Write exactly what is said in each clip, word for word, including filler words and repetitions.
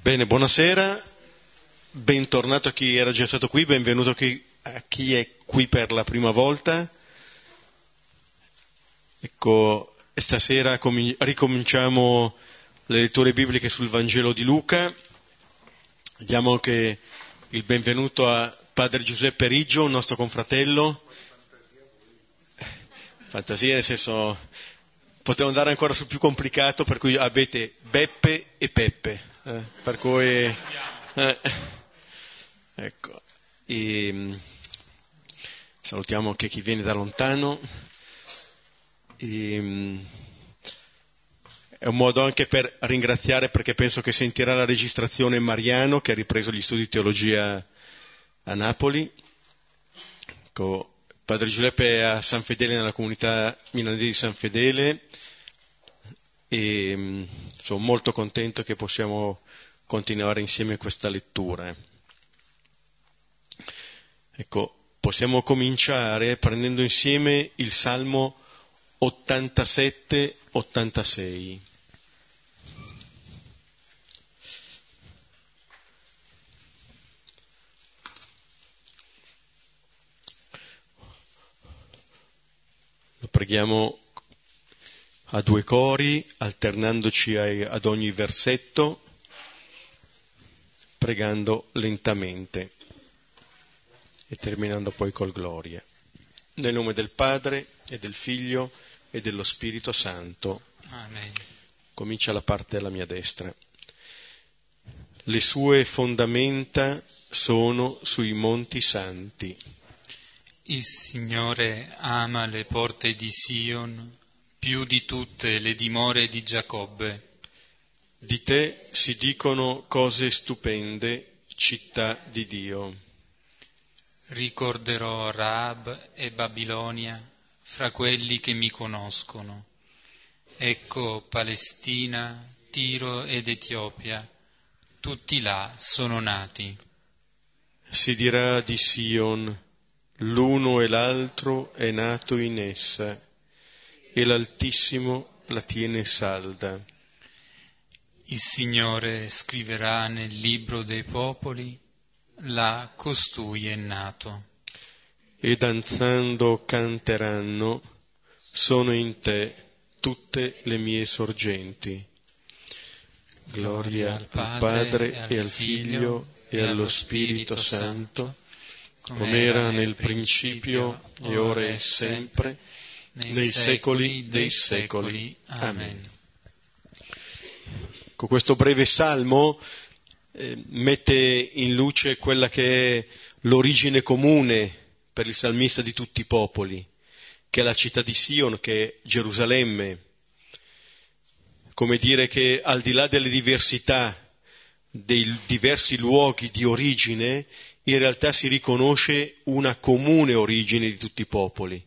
Bene, buonasera, bentornato a chi era già stato qui, benvenuto a chi, a chi è qui per la prima volta. Ecco, stasera com- ricominciamo le letture bibliche sul Vangelo di Luca. Diamo anche il benvenuto a Padre Giuseppe Riggio, un nostro confratello. Fantasia nel senso, potevo andare ancora sul più complicato, per cui avete Beppe e Peppe. Eh, per cui eh, ecco e, salutiamo anche chi viene da lontano e, è un modo anche per ringraziare, perché penso che sentirà la registrazione Mariano, che ha ripreso gli studi di teologia a Napoli. Ecco, Padre Giuseppe è a San Fedele, nella comunità milanese di San Fedele, e sono molto contento che possiamo continuare insieme questa lettura. Ecco, possiamo cominciare prendendo insieme il Salmo ottantasette ottantasei. Lo preghiamo a due cori, alternandoci ai, ad ogni versetto, pregando lentamente e terminando poi col gloria. Nel nome del Padre e del Figlio e dello Spirito Santo. Amen. Comincia la parte alla mia destra. Le sue fondamenta sono sui monti santi. Il Signore ama le porte di Sion più di tutte le dimore di Giacobbe. Di te si dicono cose stupende, città di Dio. Ricorderò Raab e Babilonia fra quelli che mi conoscono. Ecco Palestina, Tiro ed Etiopia, tutti là sono nati. Si dirà di Sion, l'uno e l'altro è nato in essa, e l'Altissimo la tiene salda. Il Signore scriverà nel libro dei popoli, là costui è nato. E danzando canteranno, sono in te tutte le mie sorgenti. Gloria al Padre e al, e al Figlio e allo Spirito Santo, come era nel principio e ora e sempre, nei secoli dei secoli. Amen. Con questo breve salmo eh, mette in luce quella che è l'origine comune per il salmista di tutti i popoli, che è la città di Sion, che è Gerusalemme. Come dire che al di là delle diversità dei diversi luoghi di origine, in realtà si riconosce una comune origine di tutti i popoli.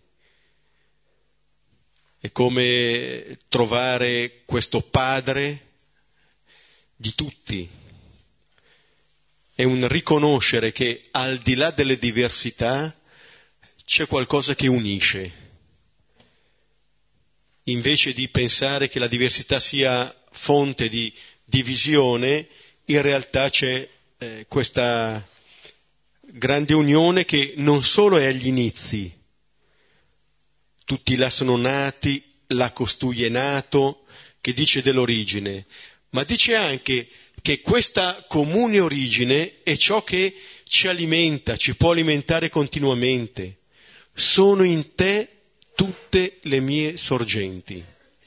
È come trovare questo padre di tutti. È un riconoscere che al di là delle diversità c'è qualcosa che unisce. Invece di pensare che la diversità sia fonte di divisione, in realtà c'è eh, questa grande unione che non solo è agli inizi, tutti là sono nati, là costui è nato, che dice dell'origine, ma dice anche che questa comune origine è ciò che ci alimenta, ci può alimentare continuamente. Sono in te tutte le mie sorgenti.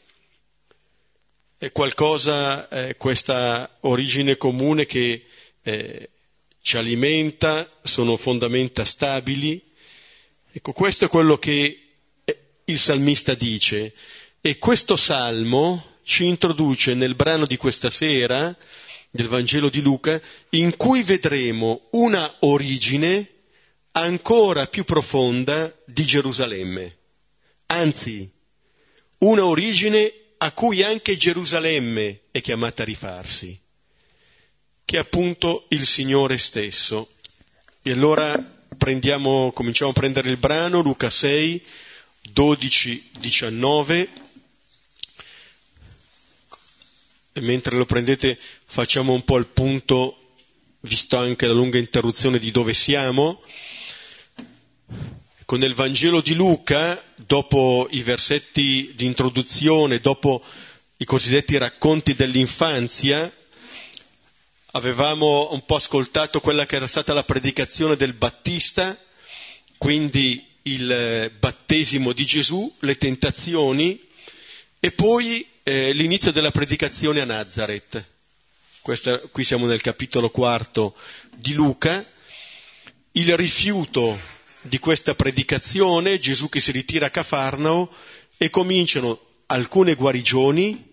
È qualcosa, eh, questa origine comune che eh, ci alimenta, sono fondamenta stabili. Ecco, questo è quello che il salmista dice, e questo salmo ci introduce nel brano di questa sera del Vangelo di Luca, in cui vedremo una origine ancora più profonda di Gerusalemme, anzi una origine a cui anche Gerusalemme è chiamata a rifarsi, che è appunto il Signore stesso. E allora prendiamo, cominciamo a prendere il brano, Luca sei, dodici diciannove. e mentre lo prendete facciamo un po' il punto, visto anche la lunga interruzione, di dove siamo. Con il Vangelo di Luca, dopo i versetti di introduzione, dopo i cosiddetti racconti dell'infanzia, avevamo un po' ascoltato quella che era stata la predicazione del Battista, quindi il battesimo di Gesù, le tentazioni e poi eh, l'inizio della predicazione a Nazareth. Questa, qui siamo nel capitolo quarto di Luca, il rifiuto di questa predicazione, Gesù che si ritira a Cafarnao e cominciano alcune guarigioni,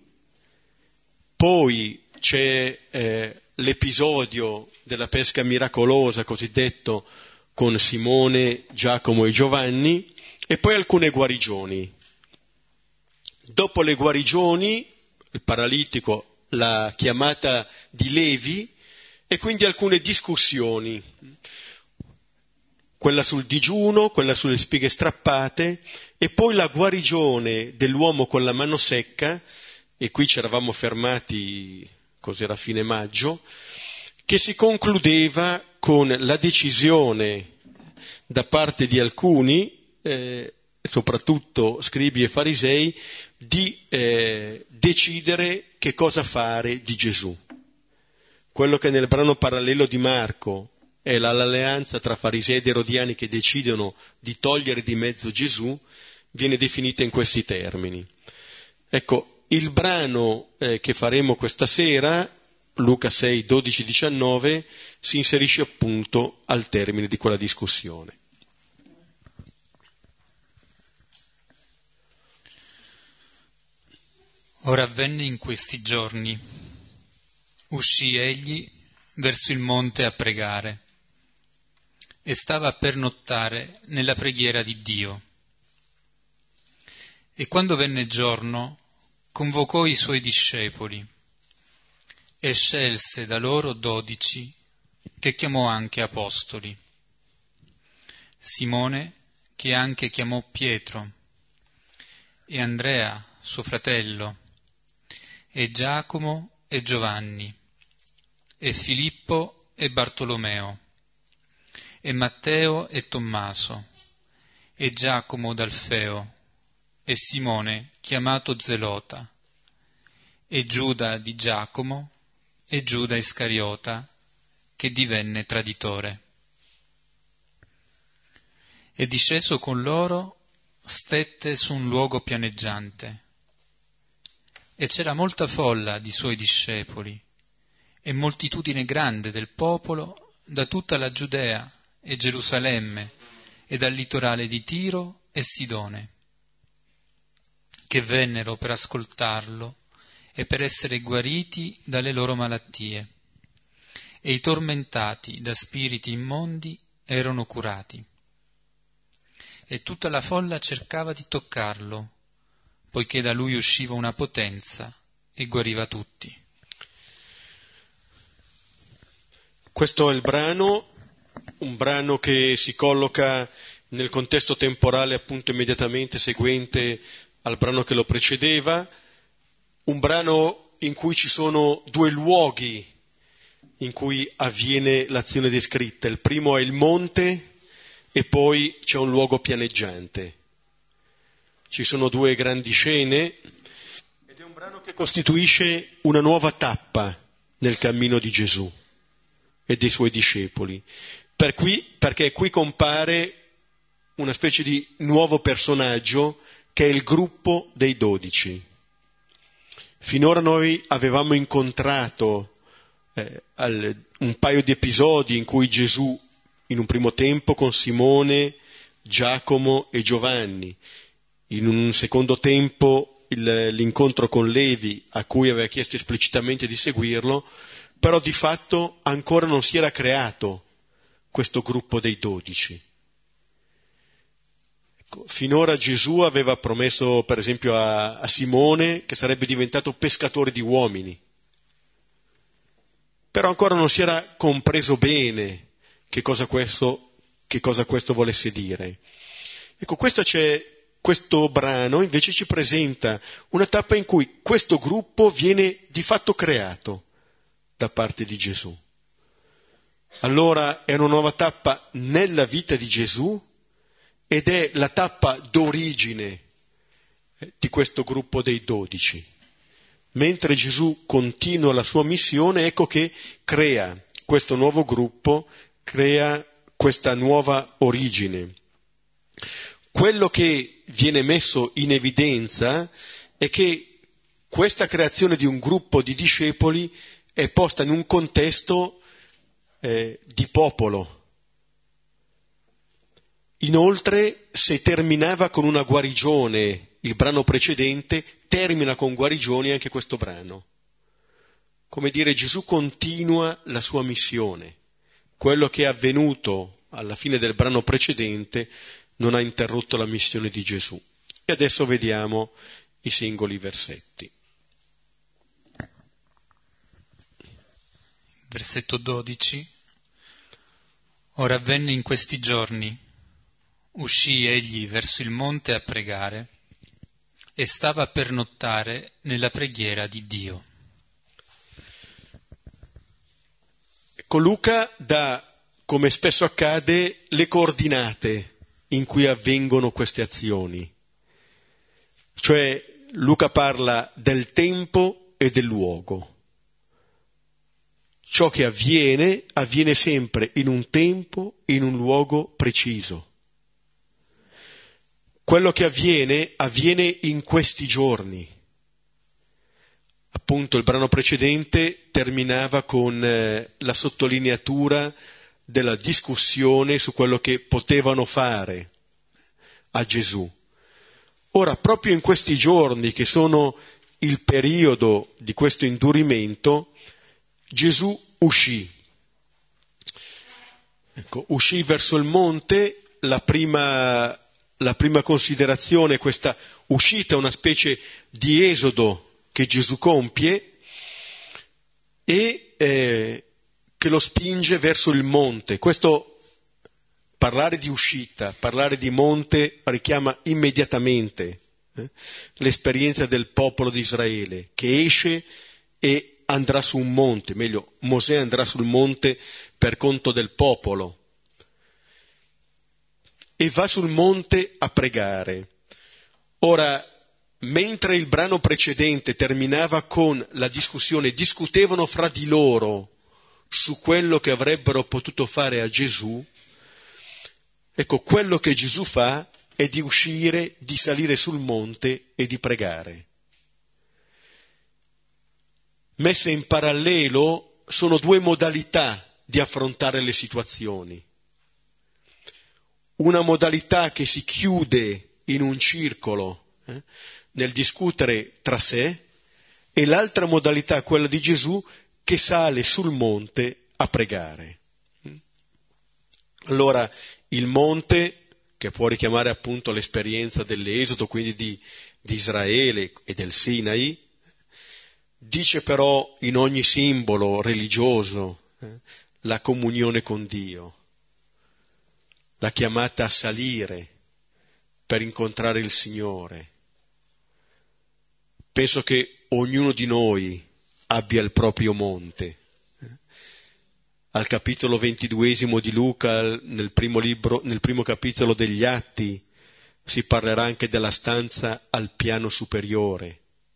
poi c'è eh, l'episodio della pesca miracolosa cosiddetto con Simone, Giacomo e Giovanni, e poi alcune guarigioni. Dopo le guarigioni, il paralitico, la chiamata di Levi, e quindi alcune discussioni, quella sul digiuno, quella sulle spighe strappate, e poi la guarigione dell'uomo con la mano secca, e qui ci eravamo fermati, cos'era, fine maggio, che si concludeva con la decisione da parte di alcuni, eh, soprattutto scribi e farisei, di eh, decidere che cosa fare di Gesù. Quello che nel brano parallelo di Marco è l'alleanza tra farisei ed erodiani che decidono di togliere di mezzo Gesù, viene definita in questi termini. Ecco, il brano eh, che faremo questa sera, Luca sei, dodici, diciannove, si inserisce appunto al termine di quella discussione. Ora avvenne in questi giorni, uscì egli verso il monte a pregare e stava a pernottare nella preghiera di Dio. E quando venne giorno, convocò i suoi discepoli e scelse da loro dodici, che chiamò anche apostoli. Simone, che anche chiamò Pietro, e Andrea, suo fratello, e Giacomo e Giovanni, e Filippo e Bartolomeo, e Matteo e Tommaso, e Giacomo d'Alfeo, e Simone, chiamato Zelota, e Giuda di Giacomo, e Giuda Iscariota, che divenne traditore. E disceso con loro, stette su un luogo pianeggiante, e c'era molta folla di suoi discepoli, e moltitudine grande del popolo da tutta la Giudea e Gerusalemme, e dal litorale di Tiro e Sidone, che vennero per ascoltarlo e per essere guariti dalle loro malattie, e i tormentati da spiriti immondi erano curati. E tutta la folla cercava di toccarlo, poiché da lui usciva una potenza e guariva tutti. Questo è il brano, un brano che si colloca nel contesto temporale appunto immediatamente seguente al brano che lo precedeva, un brano in cui ci sono due luoghi in cui avviene l'azione descritta. Il primo è il monte e poi c'è un luogo pianeggiante. Ci sono due grandi scene ed è un brano che costituisce una nuova tappa nel cammino di Gesù e dei suoi discepoli, per qui, perché qui compare una specie di nuovo personaggio che è il gruppo dei dodici. Finora noi avevamo incontrato eh, al, un paio di episodi in cui Gesù, in un primo tempo con Simone, Giacomo e Giovanni, in un secondo tempo il, l'incontro con Levi, a cui aveva chiesto esplicitamente di seguirlo, però di fatto ancora non si era creato questo gruppo dei dodici. Ecco, finora Gesù aveva promesso per esempio a, a Simone che sarebbe diventato pescatore di uomini, però ancora non si era compreso bene che cosa questo, che cosa questo volesse dire. Ecco, questa c'è questo brano invece ci presenta una tappa in cui questo gruppo viene di fatto creato da parte di Gesù. Allora è una nuova tappa nella vita di Gesù ed è la tappa d'origine di questo gruppo dei dodici. Mentre Gesù continua la sua missione, ecco che crea questo nuovo gruppo, crea questa nuova origine. Quello che viene messo in evidenza è che questa creazione di un gruppo di discepoli è posta in un contesto eh, di popolo. Inoltre, se terminava con una guarigione il brano precedente, termina con guarigioni anche questo brano. Come dire, Gesù continua la sua missione. Quello che è avvenuto alla fine del brano precedente non ha interrotto la missione di Gesù. E adesso vediamo i singoli versetti. Versetto dodici. Ora avvenne in questi giorni, uscì egli verso il monte a pregare e stava a pernottare nella preghiera di Dio. Ecco, Luca dà, come spesso accade, le coordinate in cui avvengono queste azioni. Cioè, Luca parla del tempo e del luogo. Ciò che avviene, avviene sempre in un tempo, in un luogo preciso. Quello che avviene, avviene in questi giorni. Appunto, il brano precedente terminava con eh, la sottolineatura della discussione su quello che potevano fare a Gesù. Ora, proprio in questi giorni, che sono il periodo di questo indurimento, Gesù uscì. Ecco, uscì verso il monte. La prima, la prima considerazione è questa uscita, una specie di esodo che Gesù compie e eh, che lo spinge verso il monte. Questo, parlare di uscita, parlare di monte, richiama immediatamente eh, l'esperienza del popolo di Israele, che esce e andrà su un monte, meglio, Mosè andrà sul monte per conto del popolo e va sul monte a pregare. Ora, mentre il brano precedente terminava con la discussione, discutevano fra di loro su quello che avrebbero potuto fare a Gesù, ecco, quello che Gesù fa è di uscire, di salire sul monte e di pregare. Messe in parallelo sono due modalità di affrontare le situazioni. Una modalità che si chiude in un circolo eh, nel discutere tra sé, e l'altra modalità, quella di Gesù, che sale sul monte a pregare. Allora, il monte, che può richiamare appunto l'esperienza dell'Esodo, quindi di, di Israele e del Sinai, dice però in ogni simbolo religioso eh, la comunione con Dio, la chiamata a salire per incontrare il Signore. Penso che ognuno di noi abbia il proprio monte. Al capitolo ventiduesimo di Luca, nel primo libro, nel primo capitolo degli Atti, si parlerà anche della stanza al piano superiore,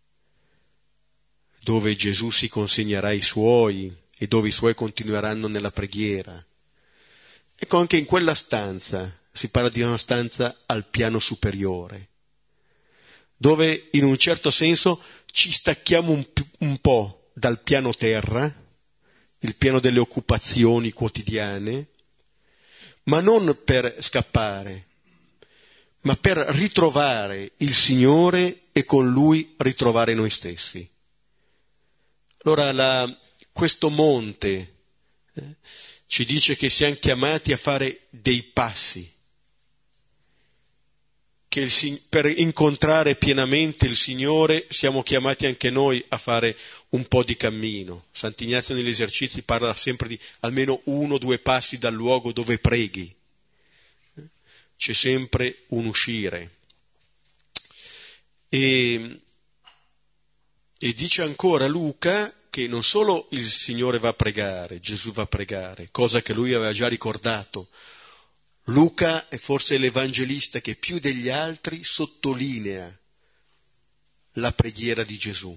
dove Gesù si consegnerà ai Suoi e dove i Suoi continueranno nella preghiera. Ecco, anche in quella stanza si parla di una stanza al piano superiore, dove in un certo senso ci stacchiamo un, un po' dal piano terra, il piano delle occupazioni quotidiane, ma non per scappare, ma per ritrovare il Signore e con Lui ritrovare noi stessi. Allora la, questo monte eh, ci dice che siamo chiamati a fare dei passi, che il, per incontrare pienamente il Signore siamo chiamati anche noi a fare un po' di cammino. Sant'Ignazio negli esercizi parla sempre di almeno uno o due passi dal luogo dove preghi. C'è sempre un uscire. E, e dice ancora Luca che non solo il Signore va a pregare, Gesù va a pregare, cosa che lui aveva già ricordato. Luca è forse l'evangelista che più degli altri sottolinea la preghiera di Gesù.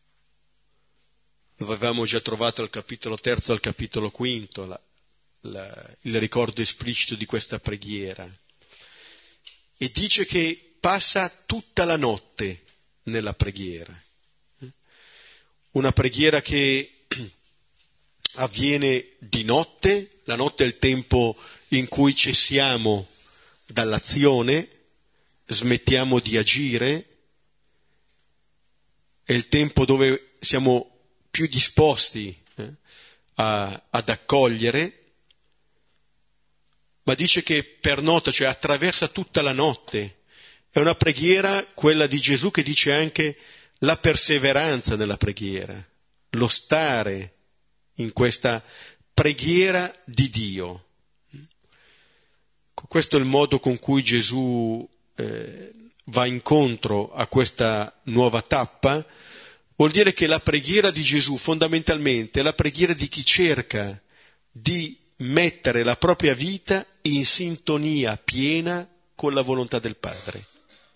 Lo avevamo già trovato al capitolo terzo, al capitolo quinto, la, la, il ricordo esplicito di questa preghiera. E dice che passa tutta la notte nella preghiera. Una preghiera che avviene di notte, la notte è il tempo in cui cessiamo dall'azione, smettiamo di agire, è il tempo dove siamo più disposti eh, a, ad accogliere, ma dice che per notte, cioè attraversa tutta la notte. È una preghiera, quella di Gesù, che dice anche la perseveranza nella preghiera, lo stare in questa preghiera di Dio. Questo è il modo con cui Gesù eh, va incontro a questa nuova tappa. Vuol dire che la preghiera di Gesù fondamentalmente è la preghiera di chi cerca di mettere la propria vita in sintonia piena con la volontà del Padre.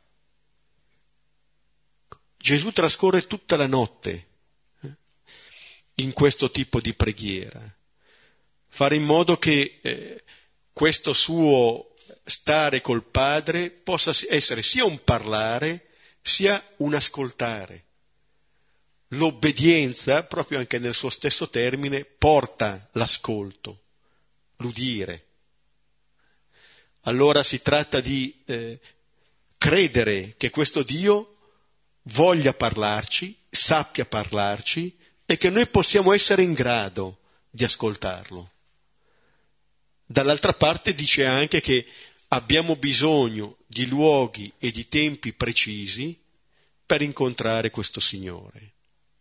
Gesù trascorre tutta la notte eh, in questo tipo di preghiera, fare in modo che eh, questo suo stare col Padre possa essere sia un parlare sia un ascoltare. L'obbedienza, proprio anche nel suo stesso termine, porta l'ascolto, l'udire. Allora si tratta di eh, credere che questo Dio voglia parlarci, sappia parlarci e che noi possiamo essere in grado di ascoltarlo. Dall'altra parte dice anche che abbiamo bisogno di luoghi e di tempi precisi per incontrare questo Signore.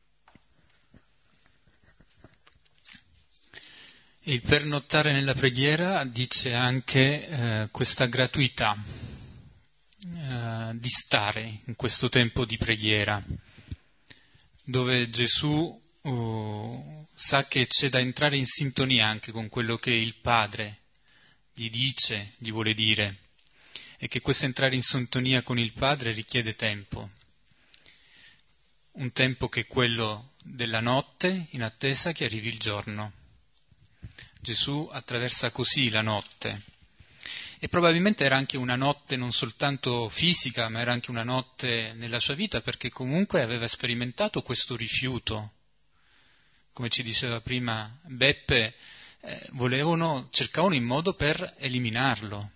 Il pernottare nella preghiera dice anche eh, questa gratuità eh, di stare in questo tempo di preghiera, dove Gesù uh, sa che c'è da entrare in sintonia anche con quello che il Padre gli dice, gli vuole dire, e che questo entrare in sintonia con il Padre richiede tempo, un tempo che è quello della notte in attesa che arrivi il giorno. Gesù attraversa così la notte, e probabilmente era anche una notte non soltanto fisica, ma era anche una notte nella sua vita, perché comunque aveva sperimentato questo rifiuto. Come ci diceva prima Beppe, eh, volevano, cercavano in modo per eliminarlo.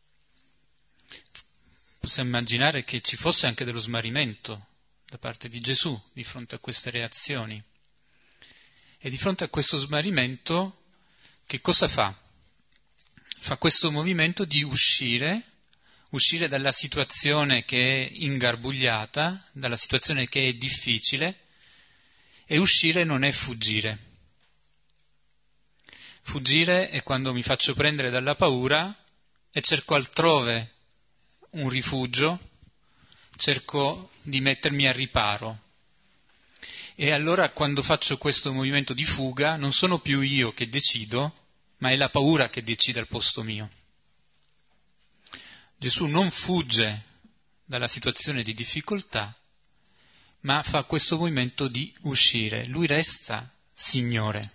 Possiamo immaginare che ci fosse anche dello smarrimento da parte di Gesù di fronte a queste reazioni. E di fronte a questo smarrimento, che cosa fa? Fa questo movimento di uscire, uscire dalla situazione che è ingarbugliata, dalla situazione che è difficile, e uscire non è fuggire. Fuggire è quando mi faccio prendere dalla paura e cerco altrove un rifugio, cerco di mettermi a riparo. E allora quando faccio questo movimento di fuga non sono più io che decido, ma è la paura che decide al posto mio. Gesù non fugge dalla situazione di difficoltà, ma fa questo movimento di uscire. Lui resta Signore.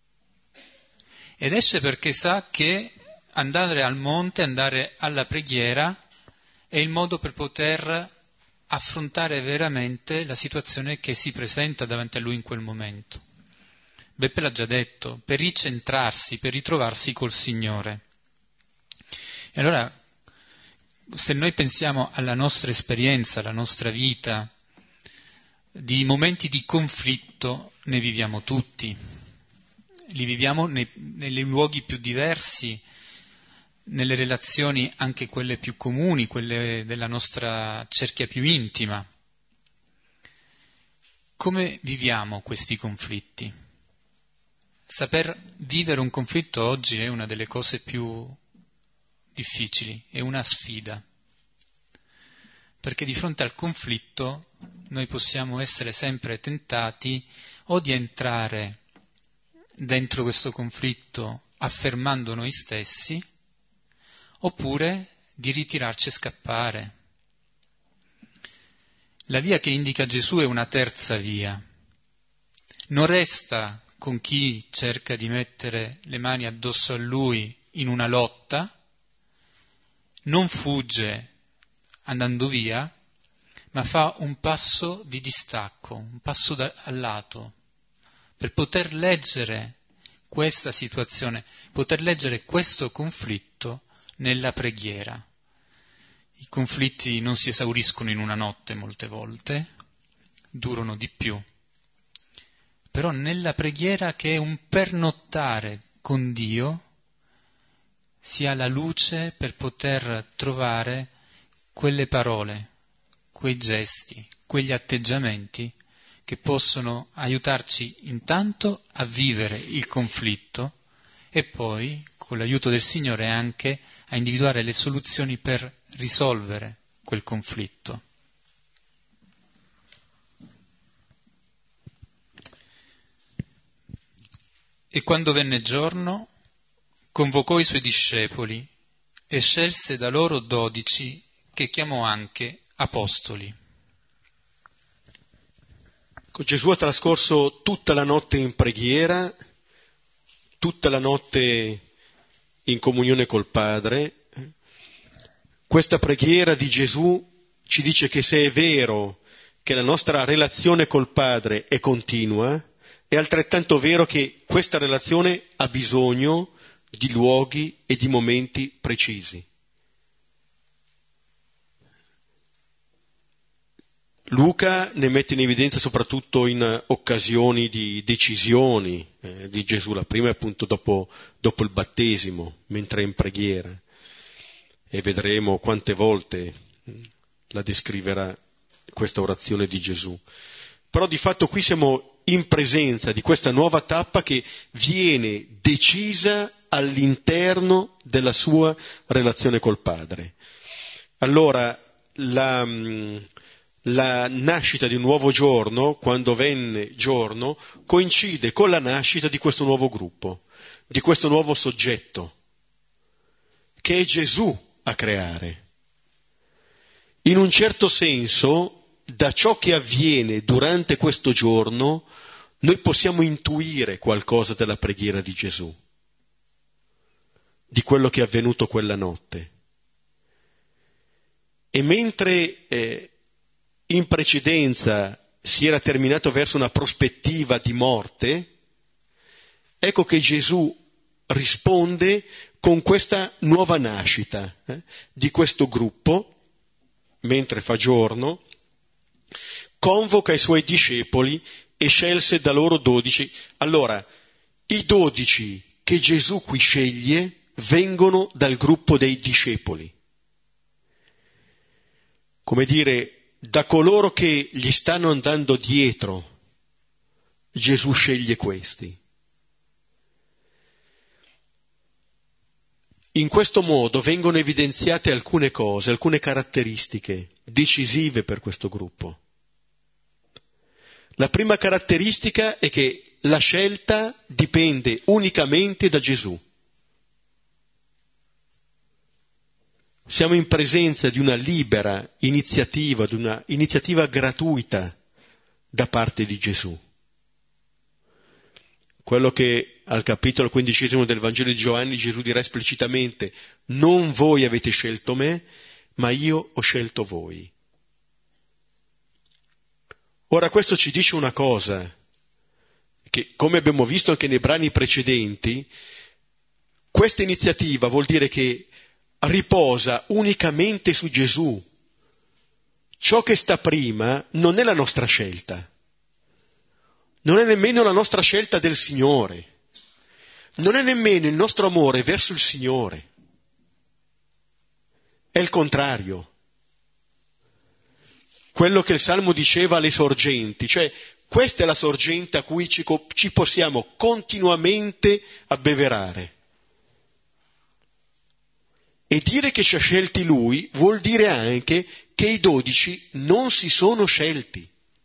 Ed esce perché sa che andare al monte, andare alla preghiera, è il modo per poter affrontare veramente la situazione che si presenta davanti a lui in quel momento. Beppe l'ha già detto, per ricentrarsi, per ritrovarsi col Signore. E allora, se noi pensiamo alla nostra esperienza, alla nostra vita, di momenti di conflitto ne viviamo tutti, li viviamo nei, nei luoghi più diversi, nelle relazioni anche quelle più comuni, quelle della nostra cerchia più intima. Come viviamo questi conflitti? Saper vivere un conflitto oggi è una delle cose più difficili, è una sfida. perché di fronte al conflitto noi possiamo essere sempre tentati o di entrare dentro questo conflitto affermando noi stessi, oppure di ritirarci e scappare. La via che indica Gesù è una terza via. Non resta con chi cerca di mettere le mani addosso a lui in una lotta, non fugge andando via, ma fa un passo di distacco, un passo da, al lato, per poter leggere questa situazione, poter leggere questo conflitto nella preghiera. I conflitti non si esauriscono in una notte molte volte, durano di più. Però nella preghiera, che è un pernottare con Dio, si ha la luce per poter trovare quelle parole, quei gesti, quegli atteggiamenti che possono aiutarci intanto a vivere il conflitto e poi, con l'aiuto del Signore, anche a individuare le soluzioni per risolvere quel conflitto. E quando venne giorno, convocò i suoi discepoli e scelse da loro dodici, che chiamò anche apostoli. Gesù ha trascorso tutta la notte in preghiera, tutta la notte in comunione col Padre. Questa preghiera di Gesù ci dice che se è vero che la nostra relazione col Padre è continua, è altrettanto vero che questa relazione ha bisogno di luoghi e di momenti precisi. Luca ne mette in evidenza soprattutto in occasioni di decisioni eh, di Gesù. La prima è appunto dopo, dopo il battesimo, mentre è in preghiera. E vedremo quante volte la descriverà questa orazione di Gesù. Però di fatto qui siamo in presenza di questa nuova tappa che viene decisa all'interno della sua relazione col Padre. Allora, la, la nascita di un nuovo giorno, quando venne giorno, coincide con la nascita di questo nuovo gruppo, di questo nuovo soggetto, che è Gesù a creare. In un certo senso, da ciò che avviene durante questo giorno, noi possiamo intuire qualcosa della preghiera di Gesù, di quello che è avvenuto quella notte. E mentre eh, in precedenza si era terminato verso una prospettiva di morte, ecco che Gesù risponde con questa nuova nascita eh, di questo gruppo, mentre fa giorno, convoca i suoi discepoli e scelse da loro dodici. Allora, i dodici che Gesù qui sceglie vengono dal gruppo dei discepoli. Come dire, da coloro che gli stanno andando dietro, Gesù sceglie questi. In questo modo vengono evidenziate alcune cose, alcune caratteristiche decisive per questo gruppo. La prima caratteristica è che la scelta dipende unicamente da Gesù. Siamo in presenza di una libera iniziativa, di una iniziativa gratuita da parte di Gesù. Quello che al capitolo quindicesimo del Vangelo di Giovanni Gesù dirà esplicitamente: non voi avete scelto me, ma io ho scelto voi. Ora questo ci dice una cosa, che come abbiamo visto anche nei brani precedenti, questa iniziativa vuol dire che riposa unicamente su Gesù. Ciò che sta prima non è la nostra scelta, non è nemmeno la nostra scelta del Signore, non è nemmeno il nostro amore verso il Signore, è il contrario. Quello che il Salmo diceva alle sorgenti, cioè questa è la sorgente a cui ci, ci possiamo continuamente abbeverare. E dire che ci ha scelti lui vuol dire anche che i dodici non si sono scelti.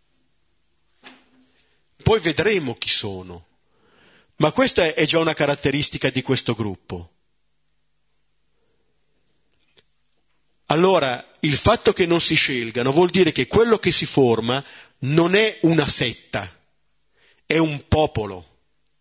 Poi vedremo chi sono. Ma questa è già una caratteristica di questo gruppo. Allora, il fatto che non si scelgano vuol dire che quello che si forma non è una setta, è un popolo.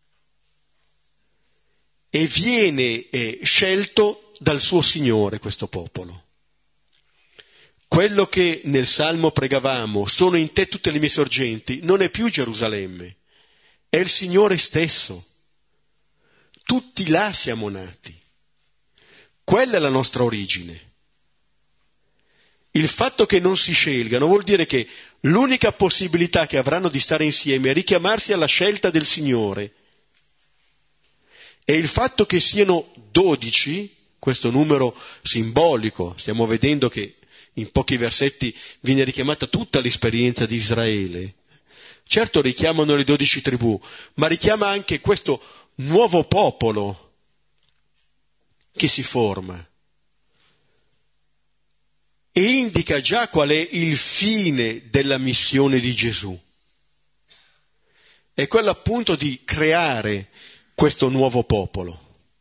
E viene eh, scelto dal suo Signore questo popolo. Quello che nel Salmo pregavamo, sono in te tutte le mie sorgenti, non è più Gerusalemme, è il Signore stesso. Tutti là siamo nati. Quella è la nostra origine. Il fatto che non si scelgano vuol dire che l'unica possibilità che avranno di stare insieme è richiamarsi alla scelta del Signore. E il fatto che siano dodici, questo numero simbolico, stiamo vedendo che in pochi versetti viene richiamata tutta l'esperienza di Israele. Certo richiamano le dodici tribù, ma richiama anche questo nuovo popolo che si forma. E indica già qual è il fine della missione di Gesù. È quello appunto di creare questo nuovo popolo.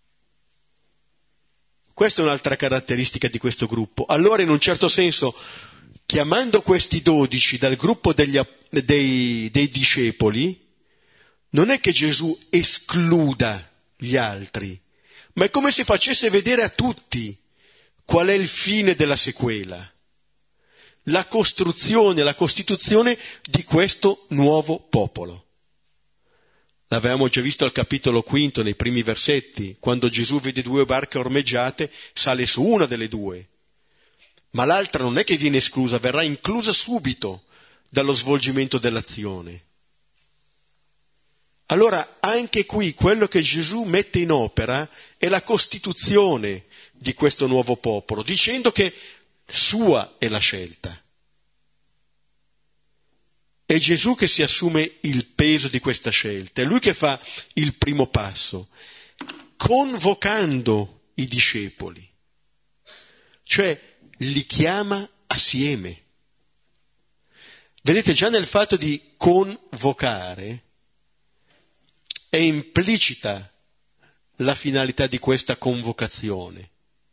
Questa è un'altra caratteristica di questo gruppo. Allora, in un certo senso, chiamando questi dodici dal gruppo degli, dei, dei discepoli, non è che Gesù escluda gli altri, ma è come se facesse vedere a tutti qual è il fine della sequela, la costruzione, la costituzione di questo nuovo popolo. L'avevamo già visto al capitolo quinto, nei primi versetti, quando Gesù vede due barche ormeggiate, sale su una delle due, ma l'altra non è che viene esclusa, verrà inclusa subito dallo svolgimento dell'azione. Allora anche qui quello che Gesù mette in opera è la costituzione di questo nuovo popolo, dicendo che sua è la scelta. È Gesù che si assume il peso di questa scelta, è Lui che fa il primo passo, convocando i discepoli, cioè li chiama assieme. Vedete, già nel fatto di convocare è implicita la finalità di questa convocazione.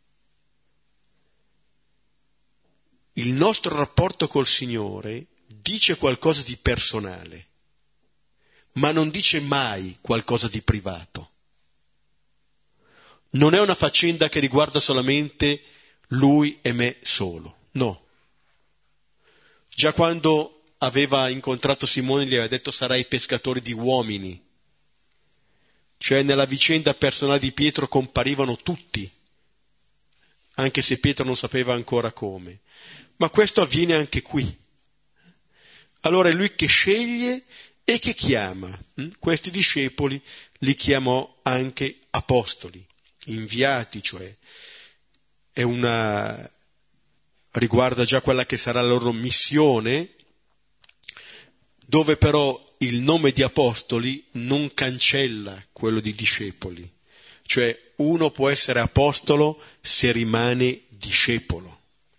Il nostro rapporto col Signore dice qualcosa di personale, ma non dice mai qualcosa di privato. Non è una faccenda che riguarda solamente lui e me solo, no. Già quando aveva incontrato Simone gli aveva detto sarai pescatori di uomini, cioè nella vicenda personale di Pietro comparivano tutti, anche se Pietro non sapeva ancora come. Ma questo avviene anche qui. Allora è lui che sceglie e che chiama. Questi discepoli li chiamò anche apostoli, inviati, cioè è una riguarda già quella che sarà la loro missione, dove però il nome di apostoli non cancella quello di discepoli. Cioè uno può essere apostolo se rimane discepolo.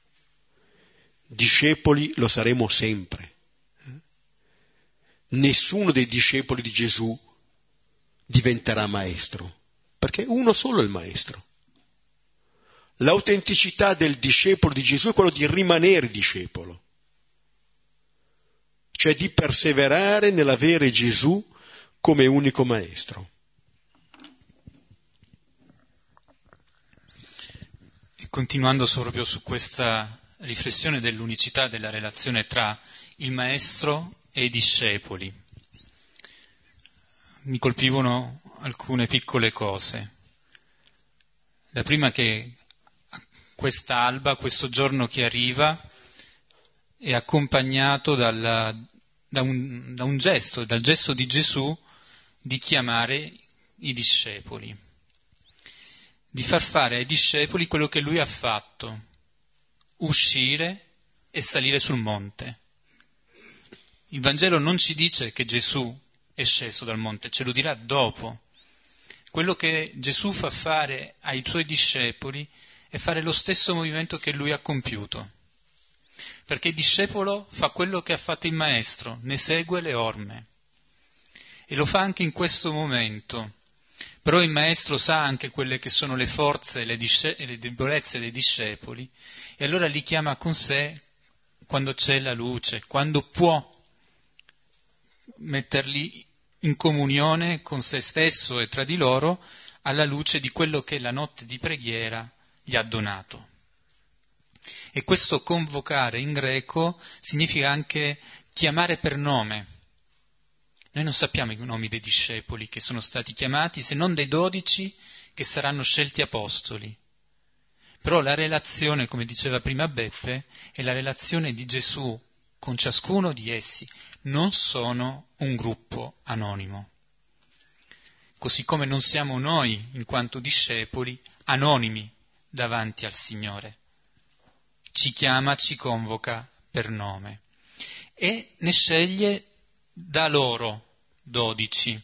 Discepoli lo saremo sempre. Nessuno dei discepoli di Gesù diventerà maestro, perché uno solo è il maestro. L'autenticità del discepolo di Gesù è quello di rimanere discepolo, cioè di perseverare nell'avere Gesù come unico maestro. E continuando proprio su questa riflessione dell'unicità della relazione tra il maestro e i discepoli, mi colpivano alcune piccole cose. La prima, che questa alba, questo giorno che arriva, è accompagnato dalla, da, un, da un gesto, dal gesto di Gesù di chiamare i discepoli, di far fare ai discepoli quello che lui ha fatto, uscire e salire sul monte. Il Vangelo non ci dice che Gesù è sceso dal monte, ce lo dirà dopo. Quello che Gesù fa fare ai suoi discepoli e fare lo stesso movimento che lui ha compiuto. Perché il discepolo fa quello che ha fatto il maestro, ne segue le orme. E lo fa anche in questo momento. Però il maestro sa anche quelle che sono le forze e le, disce- e le debolezze dei discepoli, e allora li chiama con sé quando c'è la luce, quando può metterli in comunione con se stesso e tra di loro alla luce di quello che la notte di preghiera gli ha donato. E questo convocare in greco significa anche chiamare per nome. Noi non sappiamo i nomi dei discepoli che sono stati chiamati, se non dei dodici che saranno scelti apostoli. Però la relazione, come diceva prima Beppe, è la relazione di Gesù con ciascuno di essi. Non sono un gruppo anonimo. Così come non siamo noi, in quanto discepoli, anonimi davanti al Signore. Ci chiama, ci convoca per nome. E ne sceglie da loro dodici,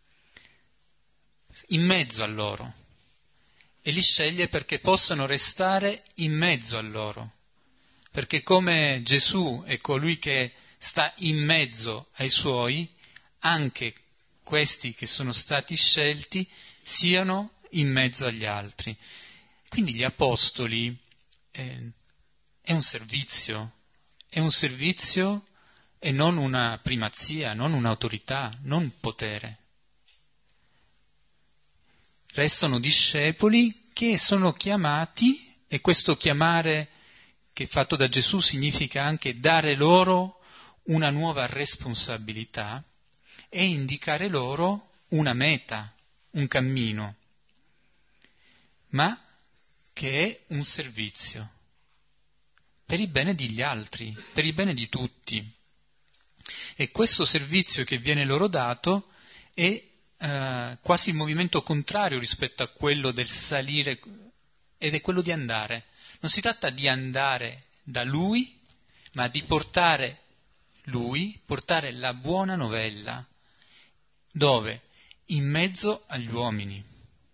in mezzo a loro, e li sceglie perché possano restare in mezzo a loro, perché come Gesù è colui che sta in mezzo ai suoi, anche questi che sono stati scelti siano in mezzo agli altri. Quindi gli apostoli eh, è un servizio, è un servizio e non una primazia, non un'autorità, non potere. Restano discepoli che sono chiamati, e questo chiamare che è fatto da Gesù significa anche dare loro una nuova responsabilità e indicare loro una meta, un cammino, ma che è un servizio per il bene degli altri, per il bene di tutti. E questo servizio che viene loro dato è eh, quasi il movimento contrario rispetto a quello del salire, ed è quello di andare. Non si tratta di andare da Lui, ma di portare Lui, portare la buona novella. Dove? In mezzo agli uomini.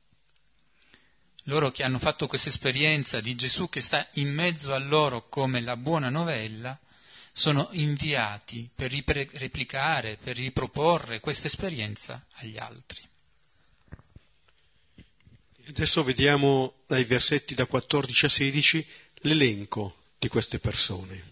Loro che hanno fatto questa esperienza di Gesù che sta in mezzo a loro come la buona novella, sono inviati per ripre- replicare, per riproporre questa esperienza agli altri. Adesso vediamo dai versetti da quattordici a sedici l'elenco di queste persone.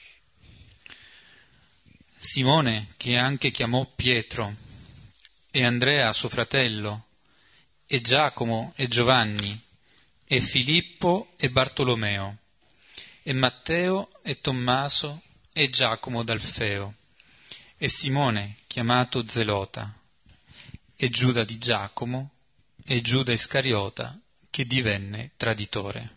Simone, che anche chiamò Pietro, e Andrea suo fratello, e Giacomo e Giovanni, e Filippo e Bartolomeo, e Matteo e Tommaso e Giacomo d'Alfeo, e Simone chiamato Zelota, e Giuda di Giacomo, e Giuda Iscariota, che divenne traditore.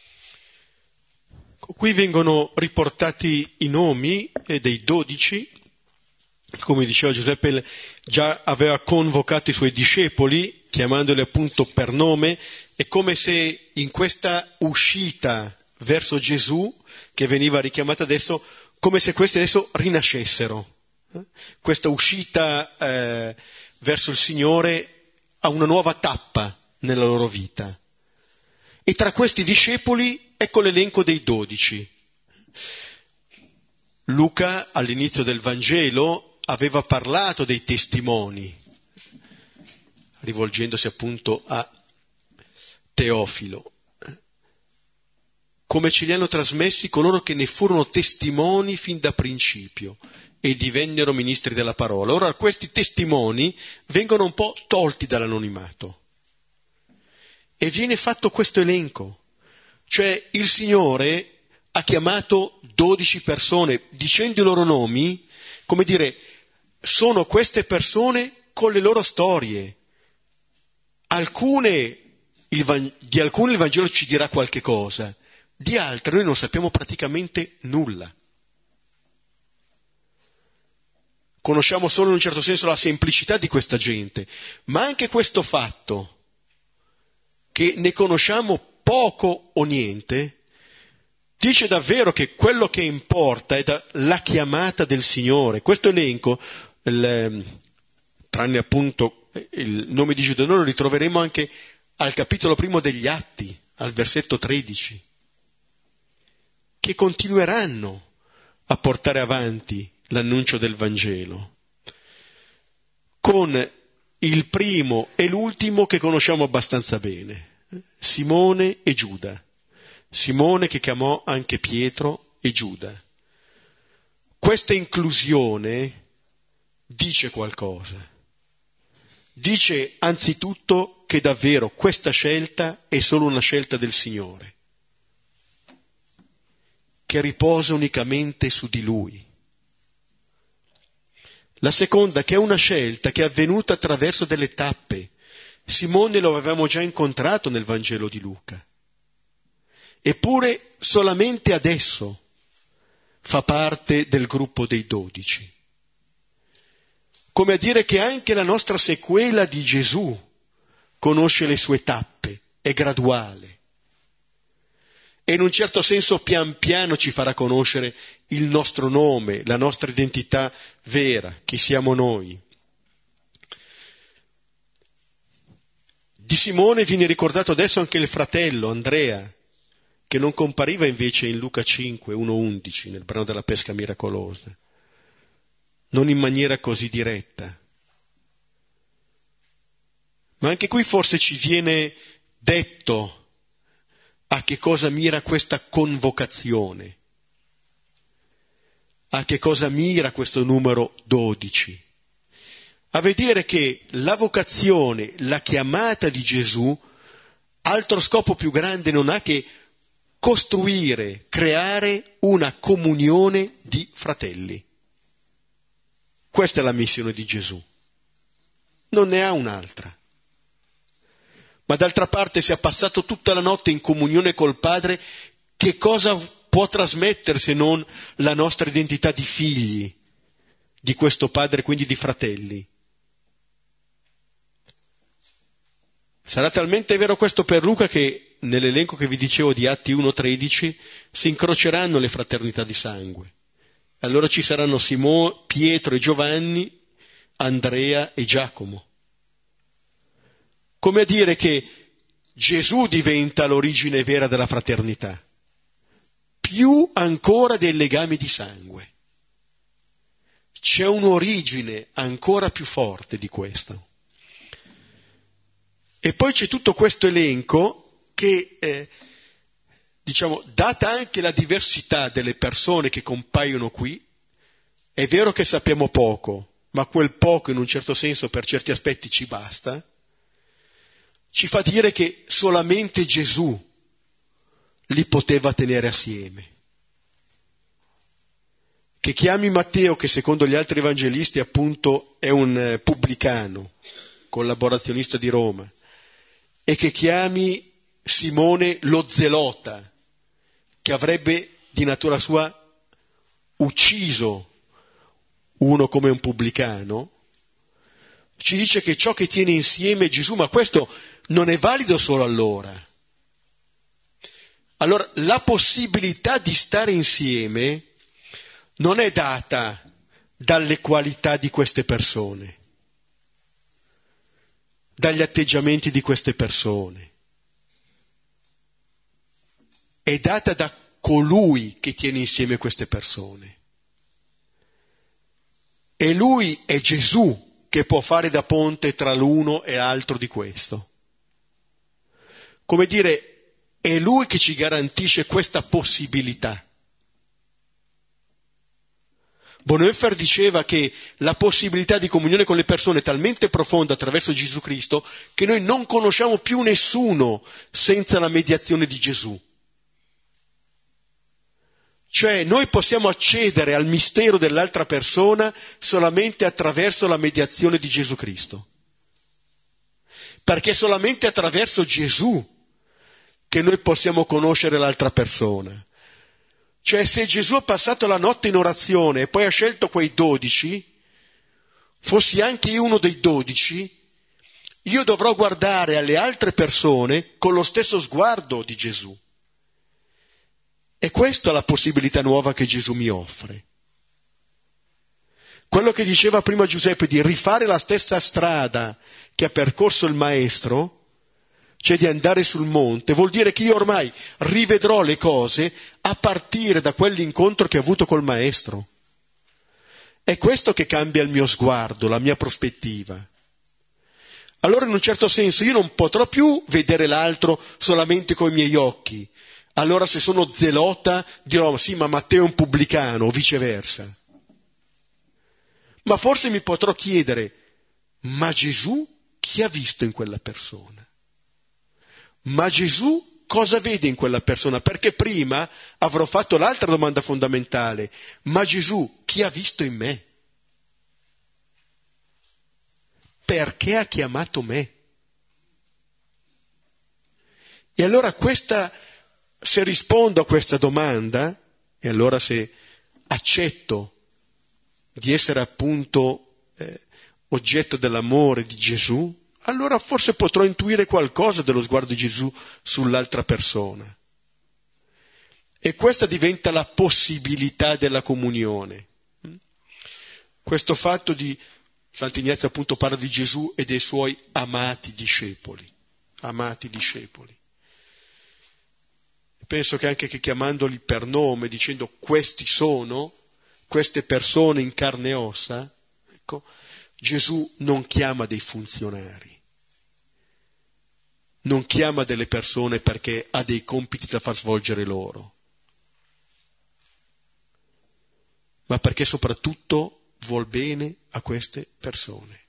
Qui vengono riportati i nomi dei dodici. Come diceva Giuseppe, già aveva convocato i suoi discepoli, chiamandoli appunto per nome. È come se in questa uscita verso Gesù, che veniva richiamata adesso, come se questi adesso rinascessero. Questa uscita eh, verso il Signore ha una nuova tappa nella loro vita. E tra questi discepoli ecco l'elenco dei dodici. Luca all'inizio del Vangelo aveva parlato dei testimoni, rivolgendosi appunto a Teofilo. Come ce li hanno trasmessi coloro che ne furono testimoni fin da principio e divennero ministri della parola. Ora questi testimoni vengono un po' tolti dall'anonimato e viene fatto questo elenco, cioè il Signore ha chiamato dodici persone dicendo i loro nomi, come dire, sono queste persone con le loro storie. Alcune, il, di alcune il Vangelo ci dirà qualche cosa, di altre noi non sappiamo praticamente nulla. Conosciamo solo in un certo senso la semplicità di questa gente, ma anche questo fatto che ne conosciamo poco o niente, dice davvero che quello che importa è da, la chiamata del Signore. Questo elenco, il, tranne appunto il nome di Giuda, noi lo ritroveremo anche al capitolo primo degli Atti. al versetto tredici, che continueranno a portare avanti l'annuncio del Vangelo, con il primo e l'ultimo che conosciamo abbastanza bene, Simone e Giuda. Simone che chiamò anche Pietro e Giuda. Questa inclusione dice qualcosa. Dice anzitutto che davvero questa scelta è solo una scelta del Signore, che riposa unicamente su di Lui. La seconda, che è una scelta che è avvenuta attraverso delle tappe. Simone lo avevamo già incontrato nel Vangelo di Luca. Eppure solamente adesso fa parte del gruppo dei dodici. Come a dire che anche la nostra sequela di Gesù conosce le sue tappe, è graduale. E in un certo senso pian piano ci farà conoscere il nostro nome, la nostra identità vera, chi siamo noi. Di Simone viene ricordato adesso anche il fratello, Andrea, che non compariva invece in Luca cinque, uno undici, nel brano della pesca miracolosa, non in maniera così diretta. Ma anche qui forse ci viene detto a che cosa mira questa convocazione, a che cosa mira questo numero dodici. A vedere che la vocazione, la chiamata di Gesù, altro scopo più grande non ha che costruire, creare una comunione di fratelli. Questa è la missione di Gesù. Non ne ha un'altra. Ma d'altra parte, se ha passato tutta la notte in comunione col Padre, che cosa può trasmettere se non la nostra identità di figli di questo Padre, quindi di fratelli? Sarà talmente vero questo per Luca che nell'elenco che vi dicevo di Atti uno tredici si incroceranno le fraternità di sangue. Allora ci saranno Simone, Pietro e Giovanni, Andrea e Giacomo. Come a dire che Gesù diventa l'origine vera della fraternità, più ancora dei legami di sangue. C'è un'origine ancora più forte di questo. E poi c'è tutto questo elenco che, eh, diciamo, data anche la diversità delle persone che compaiono qui, è vero che sappiamo poco, ma quel poco in un certo senso per certi aspetti ci basta, ci fa dire che solamente Gesù li poteva tenere assieme. Che chiami Matteo, che secondo gli altri evangelisti appunto è un eh, pubblicano, collaborazionista di Roma, e che chiami Simone lo zelota, che avrebbe di natura sua ucciso uno come un pubblicano, ci dice che ciò che tiene insieme Gesù, ma questo non è valido solo allora. Allora, la possibilità di stare insieme non è data dalle qualità di queste persone, dagli atteggiamenti di queste persone. È data da colui che tiene insieme queste persone. E lui è Gesù che può fare da ponte tra l'uno e l'altro di questo. Come dire, è lui che ci garantisce questa possibilità. Bonhoeffer diceva che la possibilità di comunione con le persone è talmente profonda attraverso Gesù Cristo che noi non conosciamo più nessuno senza la mediazione di Gesù. Cioè noi possiamo accedere al mistero dell'altra persona solamente attraverso la mediazione di Gesù Cristo. Perché è solamente attraverso Gesù che noi possiamo conoscere l'altra persona. Cioè se Gesù ha passato la notte in orazione e poi ha scelto quei dodici, fossi anche io uno dei dodici, io dovrò guardare alle altre persone con lo stesso sguardo di Gesù. E questa è la possibilità nuova che Gesù mi offre. Quello che diceva prima Giuseppe di rifare la stessa strada che ha percorso il Maestro, cioè di andare sul monte, vuol dire che io ormai rivedrò le cose a partire da quell'incontro che ho avuto col Maestro. È questo che cambia il mio sguardo, la mia prospettiva. Allora in un certo senso io non potrò più vedere l'altro solamente coi miei occhi. Allora se sono zelota dirò sì, ma Matteo è un pubblicano, o viceversa. Ma forse mi potrò chiedere, ma Gesù chi ha visto in quella persona? Ma Gesù cosa vede in quella persona? Perché prima avrò fatto l'altra domanda fondamentale, ma Gesù chi ha visto in me? Perché ha chiamato me? E allora questa, se rispondo a questa domanda, e allora se accetto di essere appunto eh, oggetto dell'amore di Gesù, allora forse potrò intuire qualcosa dello sguardo di Gesù sull'altra persona. E questa diventa la possibilità della comunione. Questo fatto di Sant'Ignazio appunto parla di Gesù e dei suoi amati discepoli, amati discepoli. Penso che anche che chiamandoli per nome, dicendo questi sono, queste persone in carne e ossa, ecco, Gesù non chiama dei funzionari, non chiama delle persone perché ha dei compiti da far svolgere loro, ma perché soprattutto vuol bene a queste persone.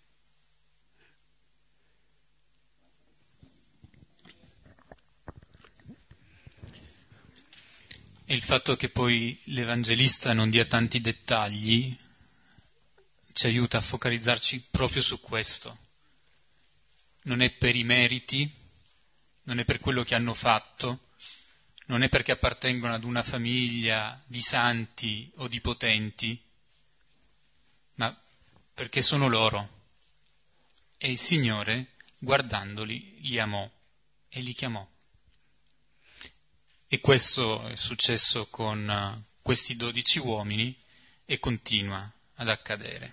E il fatto che poi l'Evangelista non dia tanti dettagli ci aiuta a focalizzarci proprio su questo. Non è per i meriti, non è per quello che hanno fatto, non è perché appartengono ad una famiglia di santi o di potenti, ma perché sono loro. E il Signore, guardandoli, li amò e li chiamò. E questo è successo con questi dodici uomini e continua ad accadere.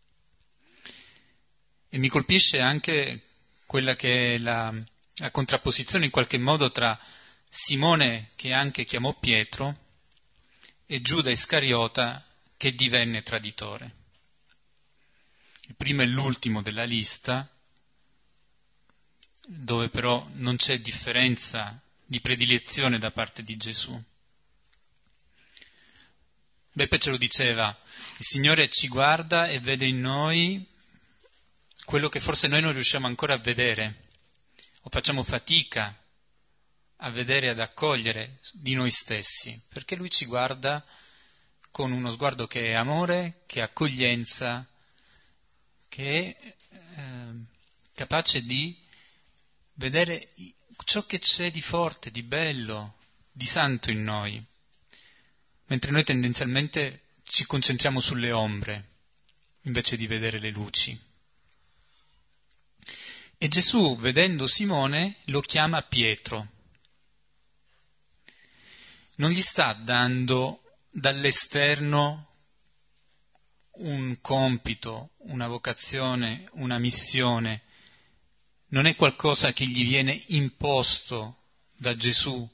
E mi colpisce anche quella che è la, la contrapposizione in qualche modo tra Simone, che anche chiamò Pietro, e Giuda Iscariota, che divenne traditore. Il primo e l'ultimo della lista, dove però non c'è differenza di predilezione da parte di Gesù. Beppe ce lo diceva, il Signore ci guarda e vede in noi quello che forse noi non riusciamo ancora a vedere, o facciamo fatica a vedere, ad accogliere di noi stessi, perché Lui ci guarda con uno sguardo che è amore, che è accoglienza, che è eh, capace di vedere ciò che c'è di forte, di bello, di santo in noi, mentre noi tendenzialmente ci concentriamo sulle ombre invece di vedere le luci. E Gesù, vedendo Simone, lo chiama Pietro. Non gli sta dando dall'esterno un compito, una vocazione, una missione. Non è qualcosa che gli viene imposto da Gesù.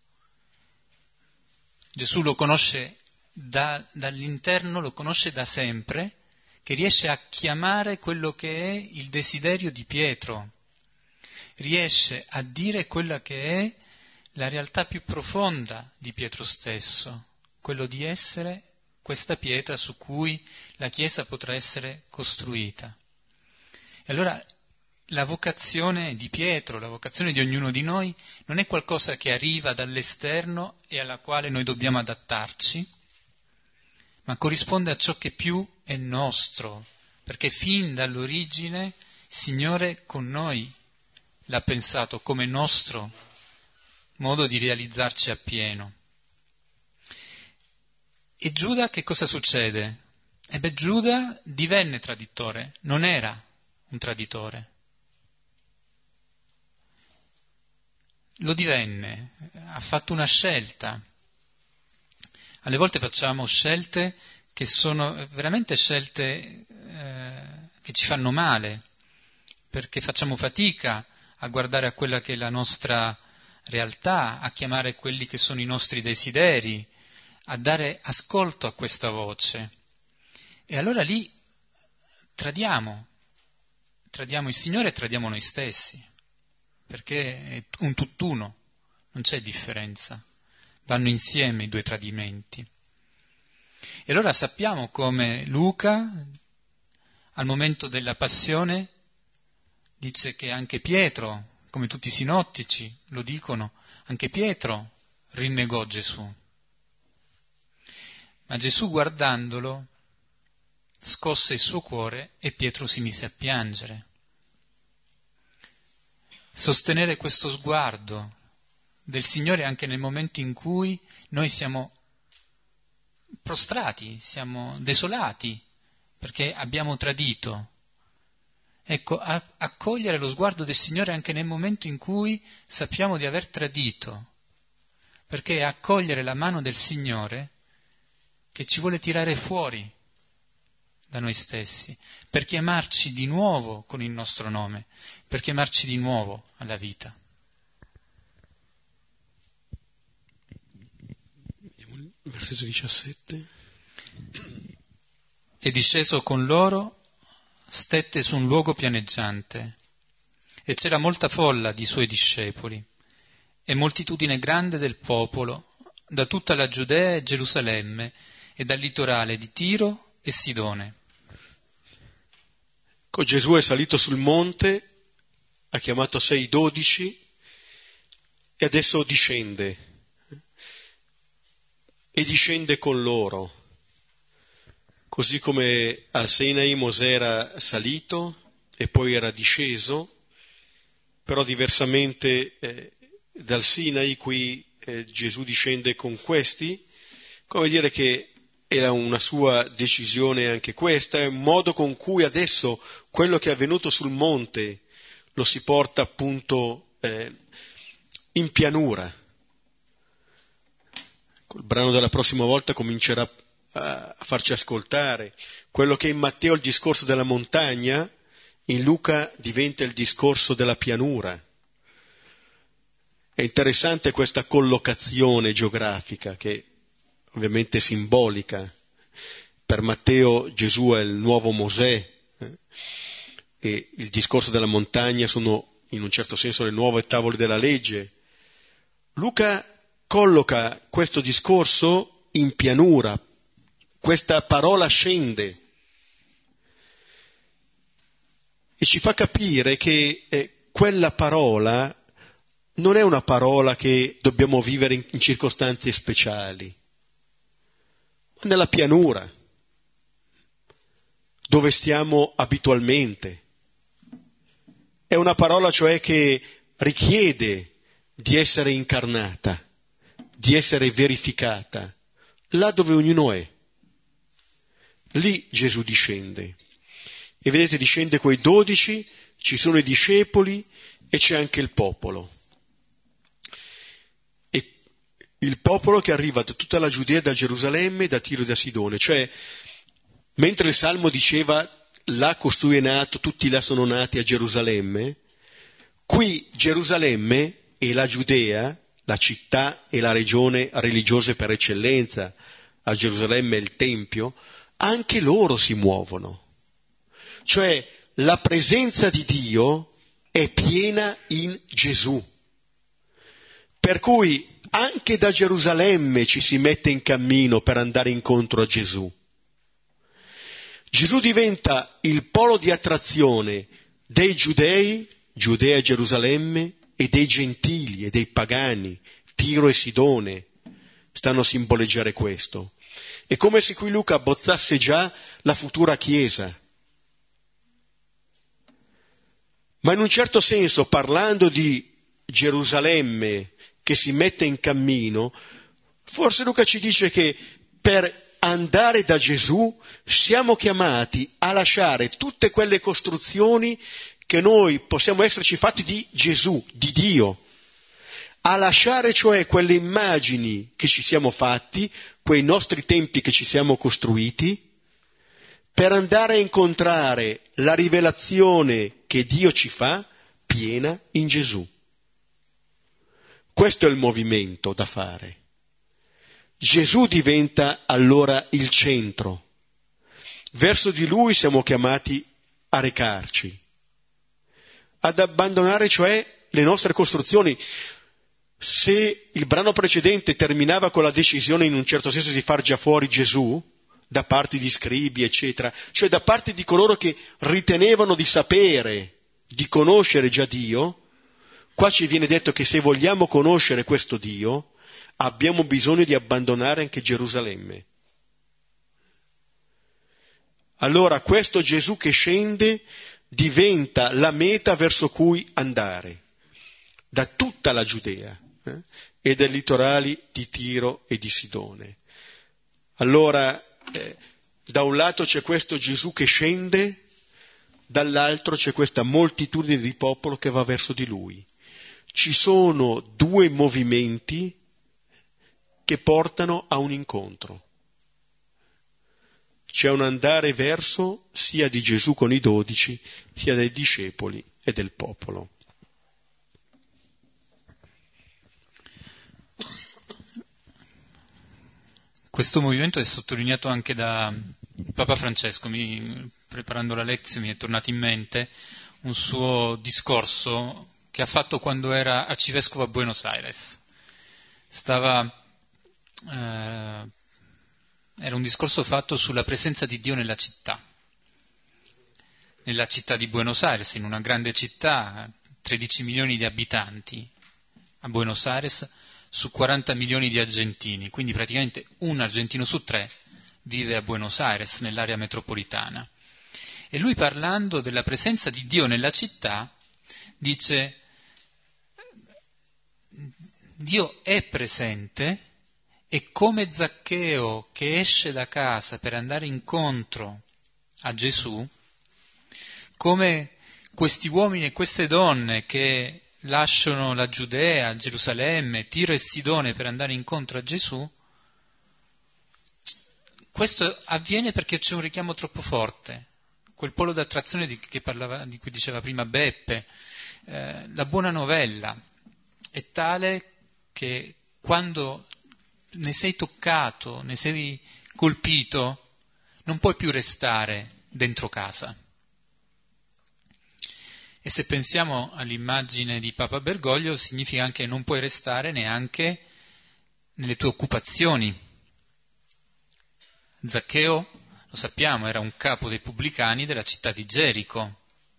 Gesù lo conosce da, dall'interno, lo conosce da sempre, che riesce a chiamare quello che è il desiderio di Pietro, riesce a dire quella che è la realtà più profonda di Pietro stesso, quello di essere questa pietra su cui la Chiesa potrà essere costruita. E allora la vocazione di Pietro, la vocazione di ognuno di noi, non è qualcosa che arriva dall'esterno e alla quale noi dobbiamo adattarci, ma corrisponde a ciò che più è nostro, perché fin dall'origine il Signore con noi l'ha pensato come nostro modo di realizzarci appieno. E Giuda che cosa succede? E beh, Giuda divenne traditore, non era un traditore. Lo divenne, ha fatto una scelta. Alle volte facciamo scelte che sono veramente scelte eh, che ci fanno male, perché facciamo fatica a guardare a quella che è la nostra realtà, a chiamare quelli che sono i nostri desideri, a dare ascolto a questa voce. E allora lì tradiamo, tradiamo il Signore e tradiamo noi stessi, perché è un tutt'uno, non c'è differenza, vanno insieme i due tradimenti. E allora sappiamo come Luca, al momento della passione, dice che anche Pietro, come tutti i sinottici lo dicono, anche Pietro rinnegò Gesù. Ma Gesù, guardandolo, scosse il suo cuore e Pietro si mise a piangere. Sostenere questo sguardo del Signore anche nel momento in cui noi siamo prostrati, siamo desolati, perché abbiamo tradito. Ecco, accogliere lo sguardo del Signore anche nel momento in cui sappiamo di aver tradito, perché è accogliere la mano del Signore che ci vuole tirare fuori da noi stessi, per chiamarci di nuovo con il nostro nome, per chiamarci di nuovo alla vita. Versetto diciassette. E disceso con loro, stette su un luogo pianeggiante, e c'era molta folla di suoi discepoli, e moltitudine grande del popolo, da tutta la Giudea e Gerusalemme, e dal litorale di Tiro e Sidone. Ecco, Gesù è salito sul monte, ha chiamato a sé i dodici, e adesso discende. E discende con loro. Così come al Sinai Mosè era salito e poi era disceso, però diversamente eh, dal Sinai qui eh, Gesù discende con questi, come dire che era una sua decisione anche questa, è un modo con cui adesso quello che è avvenuto sul monte lo si porta appunto eh, in pianura. Il brano della prossima volta comincerà a farci ascoltare quello che in Matteo è il discorso della montagna, in Luca diventa il discorso della pianura. È interessante questa collocazione geografica che ovviamente è simbolica. Per Matteo Gesù è il nuovo Mosè eh? e il discorso della montagna sono in un certo senso le nuove tavole della legge. Luca colloca questo discorso in pianura, questa parola scende e ci fa capire che eh, quella parola non è una parola che dobbiamo vivere in, in circostanze speciali, ma nella pianura, dove stiamo abitualmente. È una parola cioè che richiede di essere incarnata, di essere verificata, là dove ognuno è. Lì Gesù discende. E vedete, discende coi dodici, ci sono i discepoli e c'è anche il popolo. E il popolo che arriva da tutta la Giudea, da Gerusalemme, da Tiro e da Sidone. Cioè, mentre il Salmo diceva là costui è nato, tutti là sono nati a Gerusalemme, qui Gerusalemme e la Giudea, la città e la regione religiose per eccellenza, a Gerusalemme è il Tempio, anche loro si muovono. Cioè la presenza di Dio è piena in Gesù. Per cui anche da Gerusalemme ci si mette in cammino per andare incontro a Gesù. Gesù diventa il polo di attrazione dei giudei, Giudea e Gerusalemme, e dei gentili e dei pagani, Tiro e Sidone, stanno a simboleggiare questo. È come se qui Luca abbozzasse già la futura Chiesa. Ma in un certo senso, parlando di Gerusalemme che si mette in cammino, forse Luca ci dice che per andare da Gesù siamo chiamati a lasciare tutte quelle costruzioni che noi possiamo esserci fatti di Gesù, di Dio, a lasciare cioè quelle immagini che ci siamo fatti, quei nostri tempi che ci siamo costruiti, per andare a incontrare la rivelazione che Dio ci fa piena in Gesù. Questo è il movimento da fare. Gesù diventa allora il centro. Verso di Lui siamo chiamati a recarci, ad abbandonare cioè le nostre costruzioni. Se il brano precedente terminava con la decisione in un certo senso di far già fuori Gesù, da parte di scribi, eccetera, cioè da parte di coloro che ritenevano di sapere, di conoscere già Dio, qua ci viene detto che se vogliamo conoscere questo Dio, abbiamo bisogno di abbandonare anche Gerusalemme. Allora questo Gesù che scende diventa la meta verso cui andare, da tutta la Giudea eh, e dai litorali di Tiro e di Sidone. Allora, eh, da un lato c'è questo Gesù che scende, dall'altro c'è questa moltitudine di popolo che va verso di Lui. Ci sono due movimenti che portano a un incontro. C'è un andare verso sia di Gesù con i dodici, sia dei discepoli e del popolo. Questo movimento è sottolineato anche da Papa Francesco. Mi, preparando la lezione mi è tornato in mente un suo discorso che ha fatto quando era arcivescovo a Buenos Aires. Stava... Eh, Era un discorso fatto sulla presenza di Dio nella città, nella città di Buenos Aires, in una grande città, tredici milioni di abitanti a Buenos Aires, su quaranta milioni di argentini, quindi praticamente un argentino su tre vive a Buenos Aires, nell'area metropolitana. E lui, parlando della presenza di Dio nella città, dice: Dio è presente. E come Zaccheo che esce da casa per andare incontro a Gesù, come questi uomini e queste donne che lasciano la Giudea, Gerusalemme, Tiro e Sidone per andare incontro a Gesù, questo avviene perché c'è un richiamo troppo forte, quel polo d'attrazione di, che parlava, di cui diceva prima Beppe, eh, la buona novella è tale che quando ne sei toccato, ne sei colpito, non puoi più restare dentro casa. E se pensiamo all'immagine di Papa Bergoglio, significa anche che non puoi restare neanche nelle tue occupazioni. Zaccheo, lo sappiamo, era un capo dei pubblicani della città di Gerico.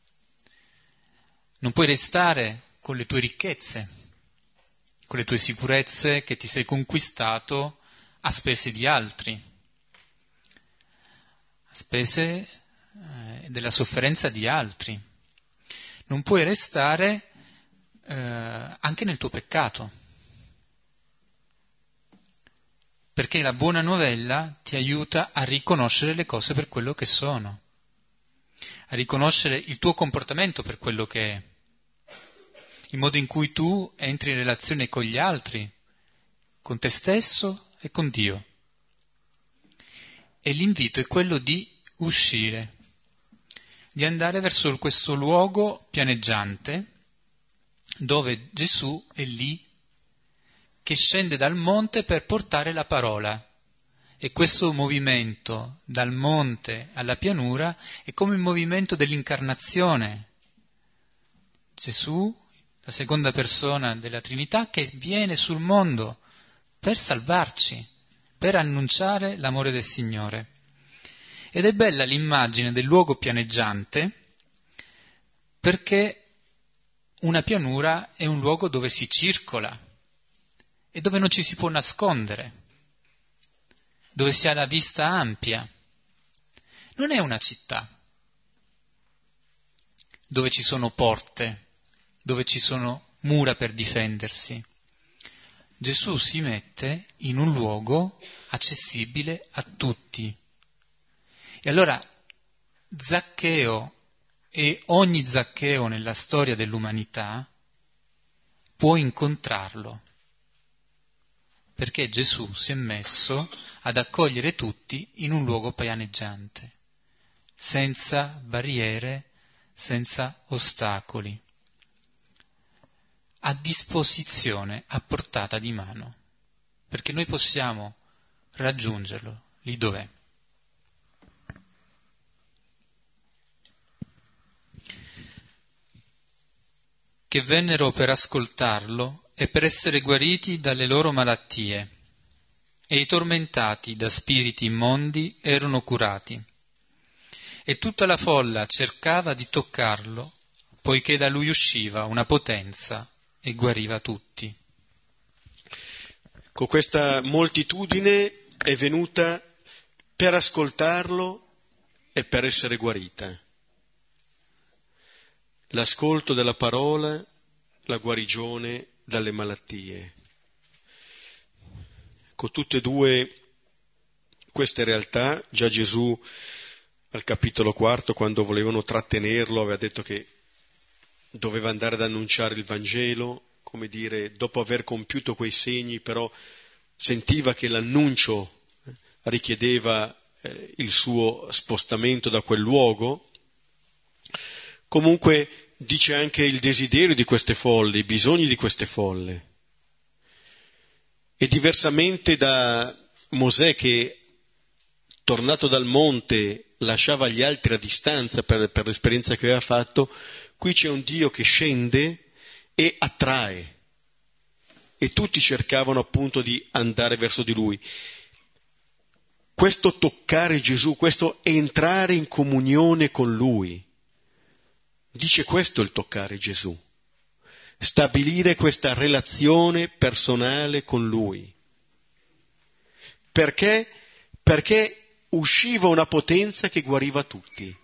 Non puoi restare con le tue ricchezze, con le tue sicurezze che ti sei conquistato a spese di altri, a spese eh, della sofferenza di altri. Non puoi restare eh, anche nel tuo peccato, perché la buona novella ti aiuta a riconoscere le cose per quello che sono, a riconoscere il tuo comportamento per quello che è, il modo in cui tu entri in relazione con gli altri, con te stesso e con Dio. E l'invito è quello di uscire, di andare verso questo luogo pianeggiante, dove Gesù è lì, che scende dal monte per portare la parola. E questo movimento dal monte alla pianura è come il movimento dell'incarnazione. Gesù, la seconda persona della Trinità, che viene sul mondo per salvarci, per annunciare l'amore del Signore. Ed è bella l'immagine del luogo pianeggiante, perché una pianura è un luogo dove si circola e dove non ci si può nascondere, dove si ha la vista ampia. Non è una città dove ci sono porte, dove ci sono mura per difendersi. Gesù si mette in un luogo accessibile a tutti. E allora Zaccheo e ogni Zaccheo nella storia dell'umanità può incontrarlo, perché Gesù si è messo ad accogliere tutti in un luogo pianeggiante, senza barriere, senza ostacoli. a disposizione, a portata di mano, perché noi possiamo raggiungerlo lì dov'è. Che vennero per ascoltarlo e per essere guariti dalle loro malattie, e i tormentati da spiriti immondi erano curati. E tutta la folla cercava di toccarlo, poiché da lui usciva una potenza e guariva tutti. Con questa moltitudine è venuta per ascoltarlo e per essere guarita. L'ascolto della parola, la guarigione dalle malattie. Con tutte e due queste realtà, già Gesù al capitolo quarto, quando volevano trattenerlo, aveva detto che doveva andare ad annunciare il Vangelo, come dire, dopo aver compiuto quei segni, però sentiva che l'annuncio richiedeva eh, il suo spostamento da quel luogo. Comunque dice anche il desiderio di queste folle, i bisogni di queste folle. E diversamente da Mosè che, tornato dal monte, lasciava gli altri a distanza per, per l'esperienza che aveva fatto, qui c'è un Dio che scende e attrae. E tutti cercavano appunto di andare verso di Lui. Questo toccare Gesù, questo entrare in comunione con Lui, dice questo il toccare Gesù. Stabilire questa relazione personale con Lui. Perché? Perché usciva una potenza che guariva tutti.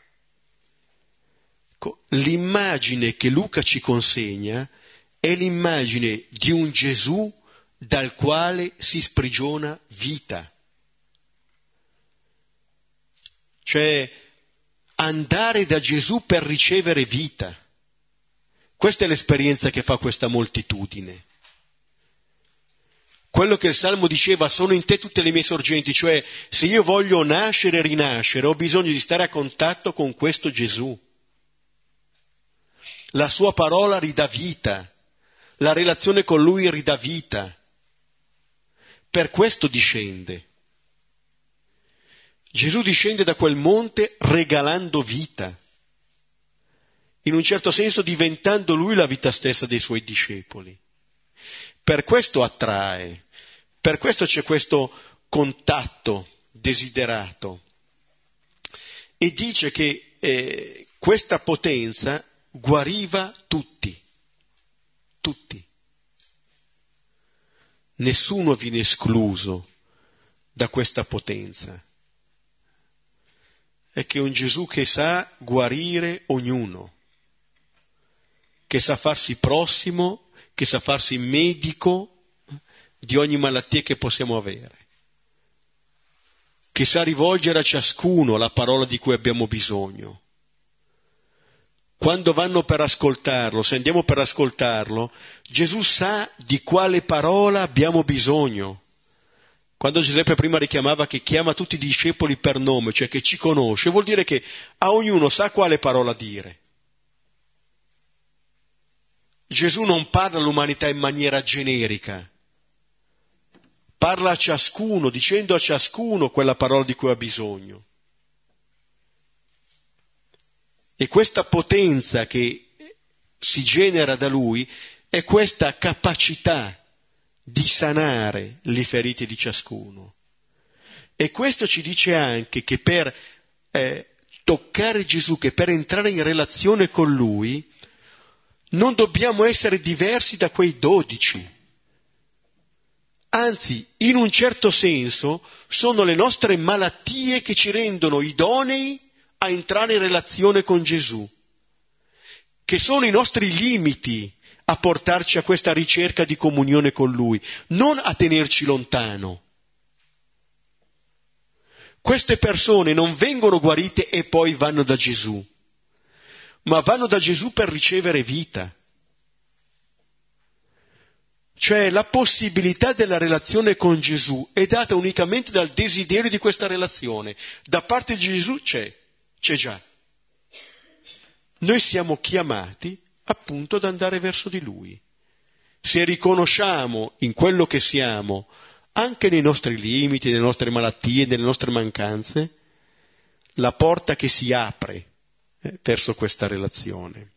L'immagine che Luca ci consegna è l'immagine di un Gesù dal quale si sprigiona vita. Cioè andare da Gesù per ricevere vita. Questa è l'esperienza che fa questa moltitudine. Quello che il Salmo diceva, sono in te tutte le mie sorgenti, cioè se io voglio nascere e rinascere ho bisogno di stare a contatto con questo Gesù. La sua parola ridà vita, la relazione con Lui ridà vita. Per questo discende. Gesù discende da quel monte regalando vita, in un certo senso diventando Lui la vita stessa dei Suoi discepoli. Per questo attrae, per questo c'è questo contatto desiderato. E dice che eh, questa potenza guariva tutti, tutti. Nessuno viene escluso da questa potenza. È che è un Gesù che sa guarire ognuno, che sa farsi prossimo, che sa farsi medico di ogni malattia che possiamo avere, che sa rivolgere a ciascuno la parola di cui abbiamo bisogno. Quando vanno per ascoltarlo, se andiamo per ascoltarlo, Gesù sa di quale parola abbiamo bisogno. Quando Giuseppe prima richiamava che chiama tutti i discepoli per nome, cioè che ci conosce, vuol dire che a ognuno sa quale parola dire. Gesù non parla all'umanità in maniera generica, parla a ciascuno, dicendo a ciascuno quella parola di cui ha bisogno. E questa potenza che si genera da Lui è questa capacità di sanare le ferite di ciascuno. E questo ci dice anche che per eh, toccare Gesù, che per entrare in relazione con Lui, non dobbiamo essere diversi da quei dodici. Anzi, in un certo senso, sono le nostre malattie che ci rendono idonei a entrare in relazione con Gesù, che sono i nostri limiti a portarci a questa ricerca di comunione con Lui, non a tenerci lontano. Queste persone non vengono guarite e poi vanno da Gesù, ma vanno da Gesù per ricevere vita. Cioè la possibilità della relazione con Gesù è data unicamente dal desiderio di questa relazione. Da parte di Gesù c'è, c'è già. Noi siamo chiamati appunto ad andare verso di Lui, se riconosciamo in quello che siamo, anche nei nostri limiti, nelle nostre malattie, nelle nostre mancanze, la porta che si apre eh, verso questa relazione.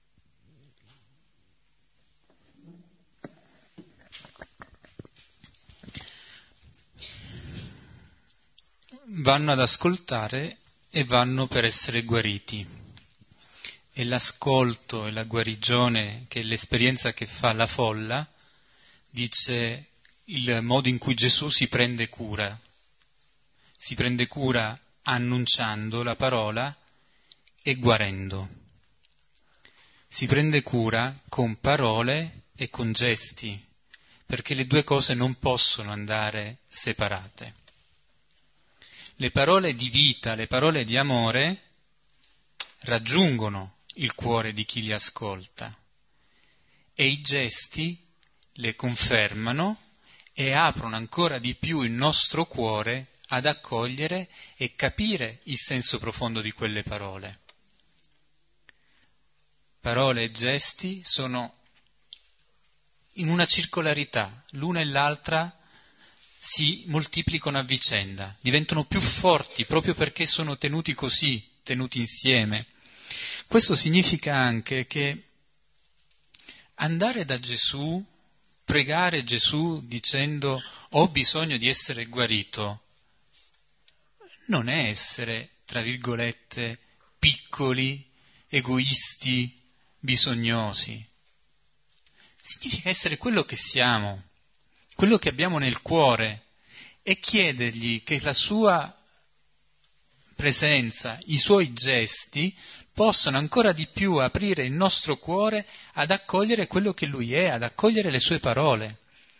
Vanno ad ascoltare e vanno per essere guariti. E l'ascolto e la guarigione, che è l'esperienza che fa la folla, dice il modo in cui Gesù si prende cura. Si prende cura annunciando la parola e guarendo. Si prende cura con parole e con gesti, perché le due cose non possono andare separate. Le parole di vita, le parole di amore raggiungono il cuore di chi li ascolta e i gesti le confermano e aprono ancora di più il nostro cuore ad accogliere e capire il senso profondo di quelle parole. Parole e gesti sono in una circolarità, l'una e l'altra si moltiplicano a vicenda, diventano più forti proprio perché sono tenuti così, tenuti insieme. Questo significa anche che andare da Gesù, pregare Gesù dicendo ho bisogno di essere guarito, non è essere, tra virgolette, piccoli, egoisti, bisognosi. Significa essere quello che siamo, quello che abbiamo nel cuore e chiedergli che la sua presenza, i suoi gesti possano ancora di più aprire il nostro cuore ad accogliere quello che lui è, ad accogliere le sue parole.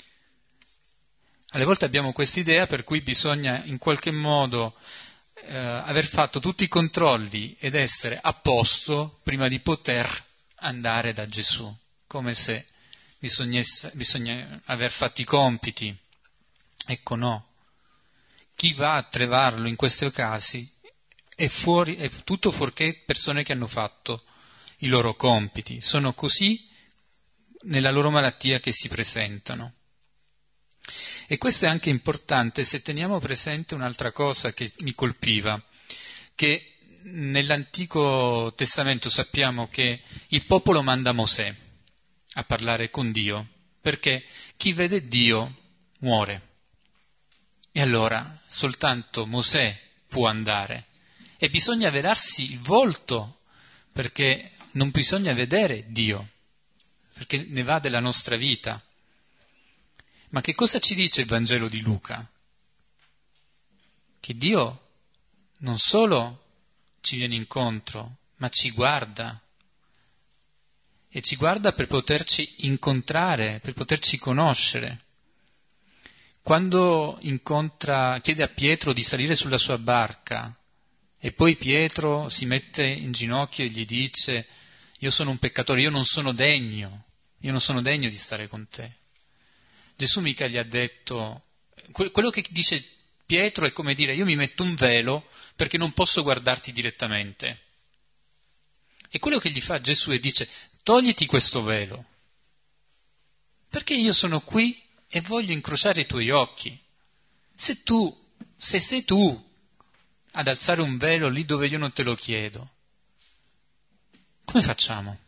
Alle volte abbiamo quest'idea per cui bisogna in qualche modo eh, aver fatto tutti i controlli ed essere a posto prima di poter andare da Gesù, come se bisognasse, bisogna aver fatto i compiti. Ecco no. Chi va a trovarlo in questi casi è fuori, è tutto fuorché persone che hanno fatto i loro compiti, sono così nella loro malattia che si presentano. E questo è anche importante se teniamo presente un'altra cosa che mi colpiva, che nell'Antico Testamento sappiamo che il popolo manda Mosè a parlare con Dio, perché chi vede Dio muore. E allora soltanto Mosè può andare. E bisogna velarsi il volto, perché non bisogna vedere Dio, perché ne va della nostra vita. Ma che cosa ci dice il Vangelo di Luca? Che Dio non solo ci viene incontro, ma ci guarda. E ci guarda per poterci incontrare, per poterci conoscere. Quando incontra, chiede a Pietro di salire sulla sua barca, e poi Pietro si mette in ginocchio e gli dice: io sono un peccatore, io non sono degno, io non sono degno di stare con te. Gesù mica gli ha detto, quello che dice Pietro è come dire: io mi metto un velo perché non posso guardarti direttamente. E quello che gli fa Gesù è dice: togliti questo velo, perché io sono qui e voglio incrociare i tuoi occhi. Se tu, se sei tu ad alzare un velo lì dove io non te lo chiedo, come facciamo?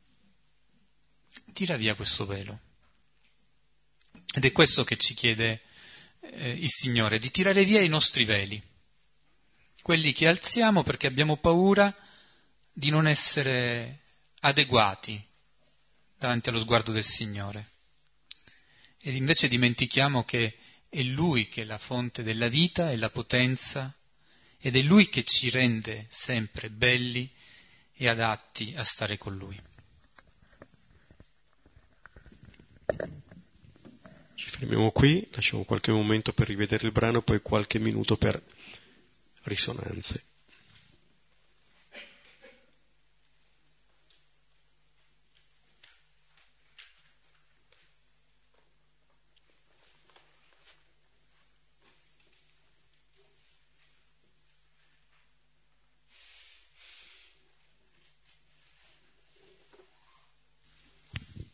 Tira via questo velo. Ed è questo che ci chiede eh, il Signore, di tirare via i nostri veli, quelli che alziamo perché abbiamo paura di non essere adeguati davanti allo sguardo del Signore. Ed invece dimentichiamo che è Lui che è la fonte della vita e la potenza, ed è Lui che ci rende sempre belli e adatti a stare con Lui. Ci fermiamo qui, lasciamo qualche momento per rivedere il brano, poi qualche minuto per risonanze.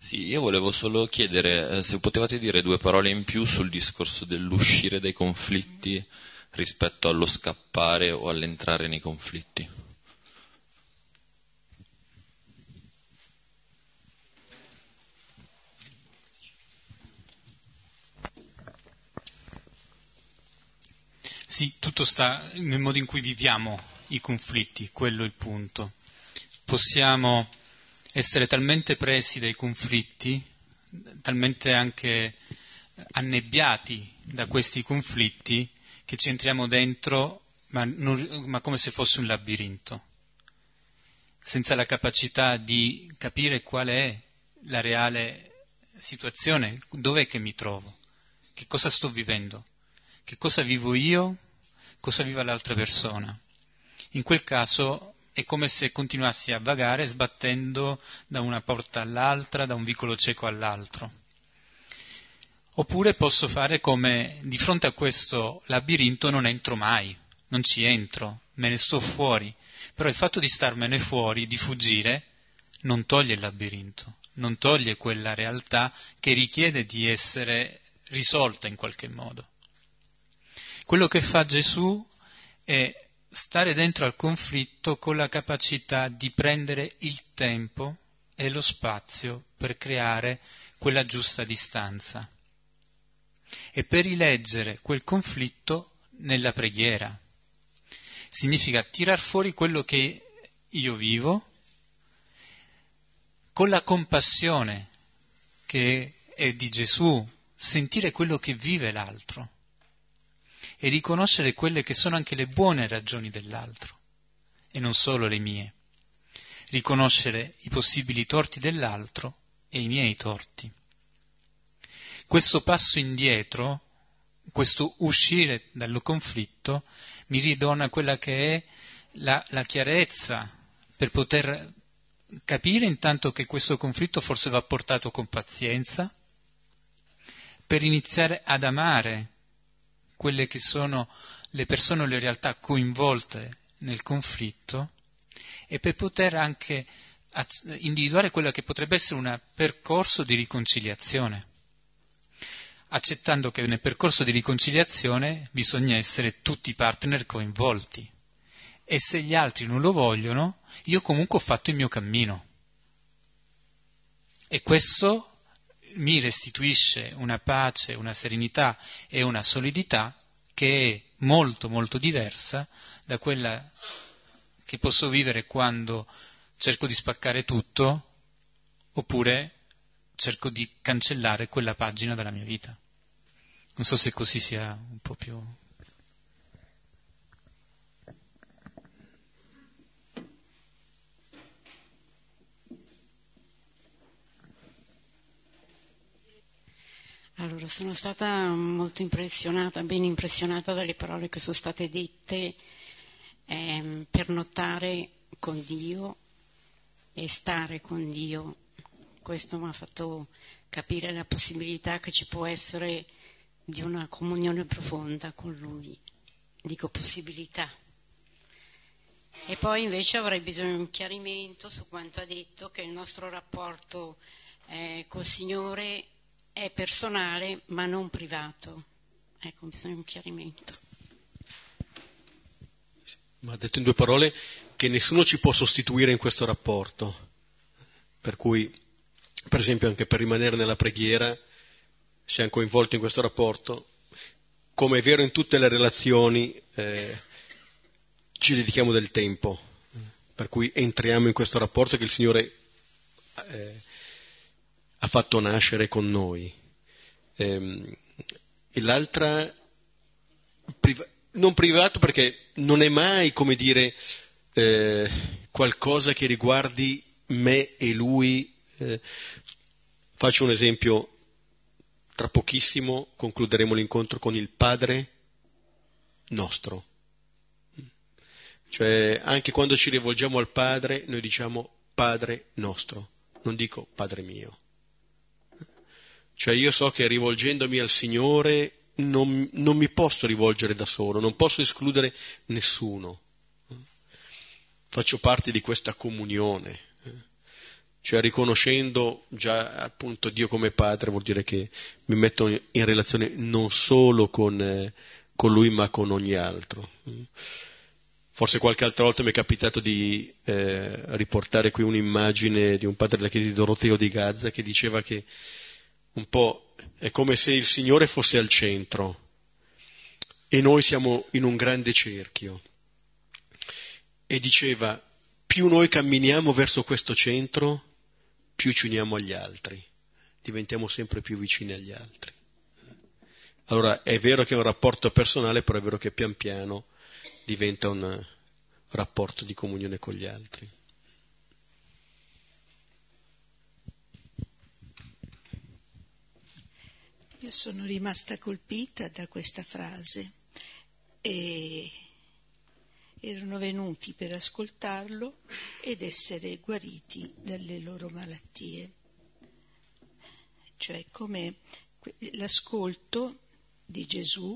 Sì, io volevo solo chiedere eh, se potevate dire due parole in più sul discorso dell'uscire dai conflitti rispetto allo scappare o all'entrare nei conflitti. Sì, tutto sta nel modo in cui viviamo i conflitti, quello è il punto. Possiamo essere talmente presi dai conflitti, talmente anche annebbiati da questi conflitti, che ci entriamo dentro, ma, non, ma come se fosse un labirinto, senza la capacità di capire qual è la reale situazione, dov'è che mi trovo, che cosa sto vivendo, che cosa vivo io, cosa vive l'altra persona. In quel caso è come se continuassi a vagare sbattendo da una porta all'altra, da un vicolo cieco all'altro. Oppure posso fare come di fronte a questo labirinto non entro mai, non ci entro, me ne sto fuori. Però il fatto di starmene fuori, di fuggire, non toglie il labirinto, non toglie quella realtà che richiede di essere risolta in qualche modo. Quello che fa Gesù è stare dentro al conflitto con la capacità di prendere il tempo e lo spazio per creare quella giusta distanza e per rileggere quel conflitto nella preghiera. Significa tirar fuori quello che io vivo con la compassione che è di Gesù, sentire quello che vive l'altro e riconoscere quelle che sono anche le buone ragioni dell'altro e non solo le mie. Riconoscere i possibili torti dell'altro e i miei torti. Questo passo indietro, questo uscire dal conflitto, mi ridona quella che è la, la chiarezza per poter capire intanto che questo conflitto forse va portato con pazienza, per iniziare ad amare quelle che sono le persone o le realtà coinvolte nel conflitto e per poter anche individuare quello che potrebbe essere un percorso di riconciliazione, accettando che nel percorso di riconciliazione bisogna essere tutti partner coinvolti e se gli altri non lo vogliono, io comunque ho fatto il mio cammino e questo mi restituisce una pace, una serenità e una solidità che è molto molto diversa da quella che posso vivere quando cerco di spaccare tutto oppure cerco di cancellare quella pagina dalla mia vita. Non so se così sia un po' più... Allora, sono stata molto impressionata, ben impressionata dalle parole che sono state dette ehm, per notare con Dio e stare con Dio. Questo mi ha fatto capire la possibilità che ci può essere di una comunione profonda con Lui. Dico possibilità. E poi invece avrei bisogno di un chiarimento su quanto ha detto, che il nostro rapporto eh, col Signore è personale ma non privato. Ecco, bisogna un chiarimento. Ma ha detto in due parole che nessuno ci può sostituire in questo rapporto, per cui, per esempio, anche per rimanere nella preghiera siamo coinvolti in questo rapporto, come è vero in tutte le relazioni, eh, ci dedichiamo del tempo, per cui entriamo in questo rapporto che il Signore eh, ha fatto nascere con noi. Ehm, e l'altra, priva- non privato perché non è mai, come dire, eh, qualcosa che riguardi me e Lui. Eh, faccio un esempio, tra pochissimo concluderemo l'incontro con il Padre nostro. Cioè, anche quando ci rivolgiamo al Padre, noi diciamo Padre nostro, non dico Padre mio. Cioè io so che rivolgendomi al Signore non, non mi posso rivolgere da solo, non posso escludere nessuno. Faccio parte di questa comunione. Cioè riconoscendo già appunto Dio come Padre vuol dire che mi metto in relazione non solo con, eh, con Lui ma con ogni altro. Forse qualche altra volta mi è capitato di eh, riportare qui un'immagine di un padre della chiesa di Doroteo di Gazza che diceva che un po' è come se il Signore fosse al centro e noi siamo in un grande cerchio. E diceva, più noi camminiamo verso questo centro, più ci uniamo agli altri, diventiamo sempre più vicini agli altri. Allora è vero che è un rapporto personale, però è vero che pian piano diventa un rapporto di comunione con gli altri. Io sono rimasta colpita da questa frase e erano venuti per ascoltarlo ed essere guariti dalle loro malattie. Cioè come l'ascolto di Gesù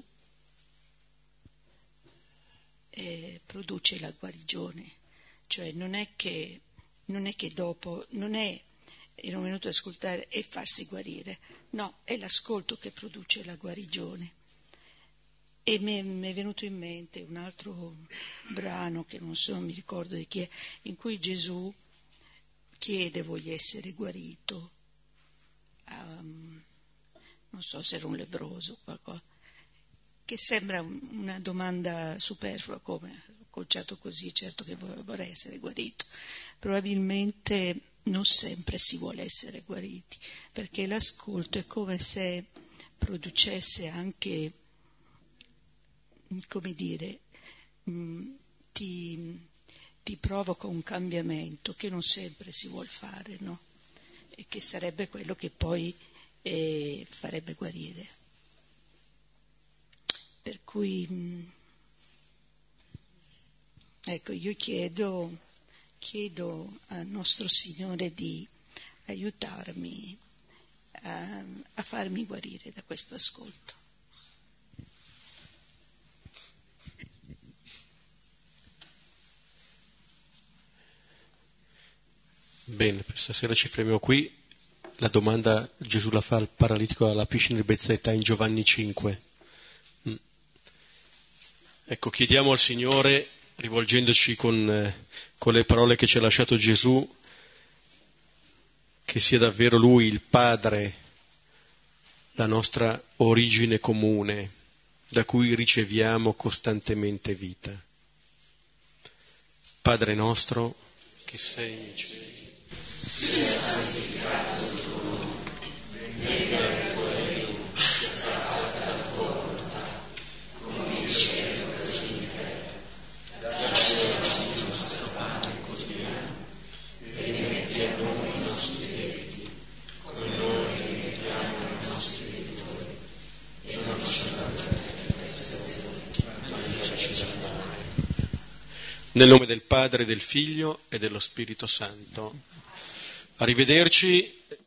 eh, produce la guarigione, cioè non è che non è che dopo non è erano venuti ad ascoltare e farsi guarire, no, è l'ascolto che produce la guarigione. E mi è venuto in mente un altro brano che non so, non mi ricordo di chi è, in cui Gesù chiede voglia essere guarito, um, non so se era un lebbroso o qualcosa, che sembra una domanda superflua, come ho conciato così, certo che vorrei essere guarito. Probabilmente non sempre si vuole essere guariti, perché l'ascolto è come se producesse anche, come dire, ti, ti provoca un cambiamento che non sempre si vuol fare, no? E che sarebbe quello che poi eh, farebbe guarire. Per cui, ecco, io chiedo, chiedo al nostro Signore di aiutarmi a, a farmi guarire da questo ascolto. Bene, per stasera ci fermiamo qui. La domanda Gesù la fa al paralitico alla piscina di Betsaida in Giovanni cinque. Mm. Ecco, chiediamo al Signore, rivolgendoci con, eh, con le parole che ci ha lasciato Gesù, che sia davvero Lui il Padre, la nostra origine comune, da cui riceviamo costantemente vita. Padre nostro, che sei nei cieli, sia santificato il tuo nome, venga il tuo regno, sia fatta la tua volontà, come in cielo così in terra. Dacci oggi il nostro pane quotidiano, e rimetti a noi i nostri debiti, come noi rimettiamo ai nostri debitori, e non ci abbandonare in tentazione, ma liberaci dal male. Nel nome del Padre, del Figlio e dello Spirito Santo. Arrivederci.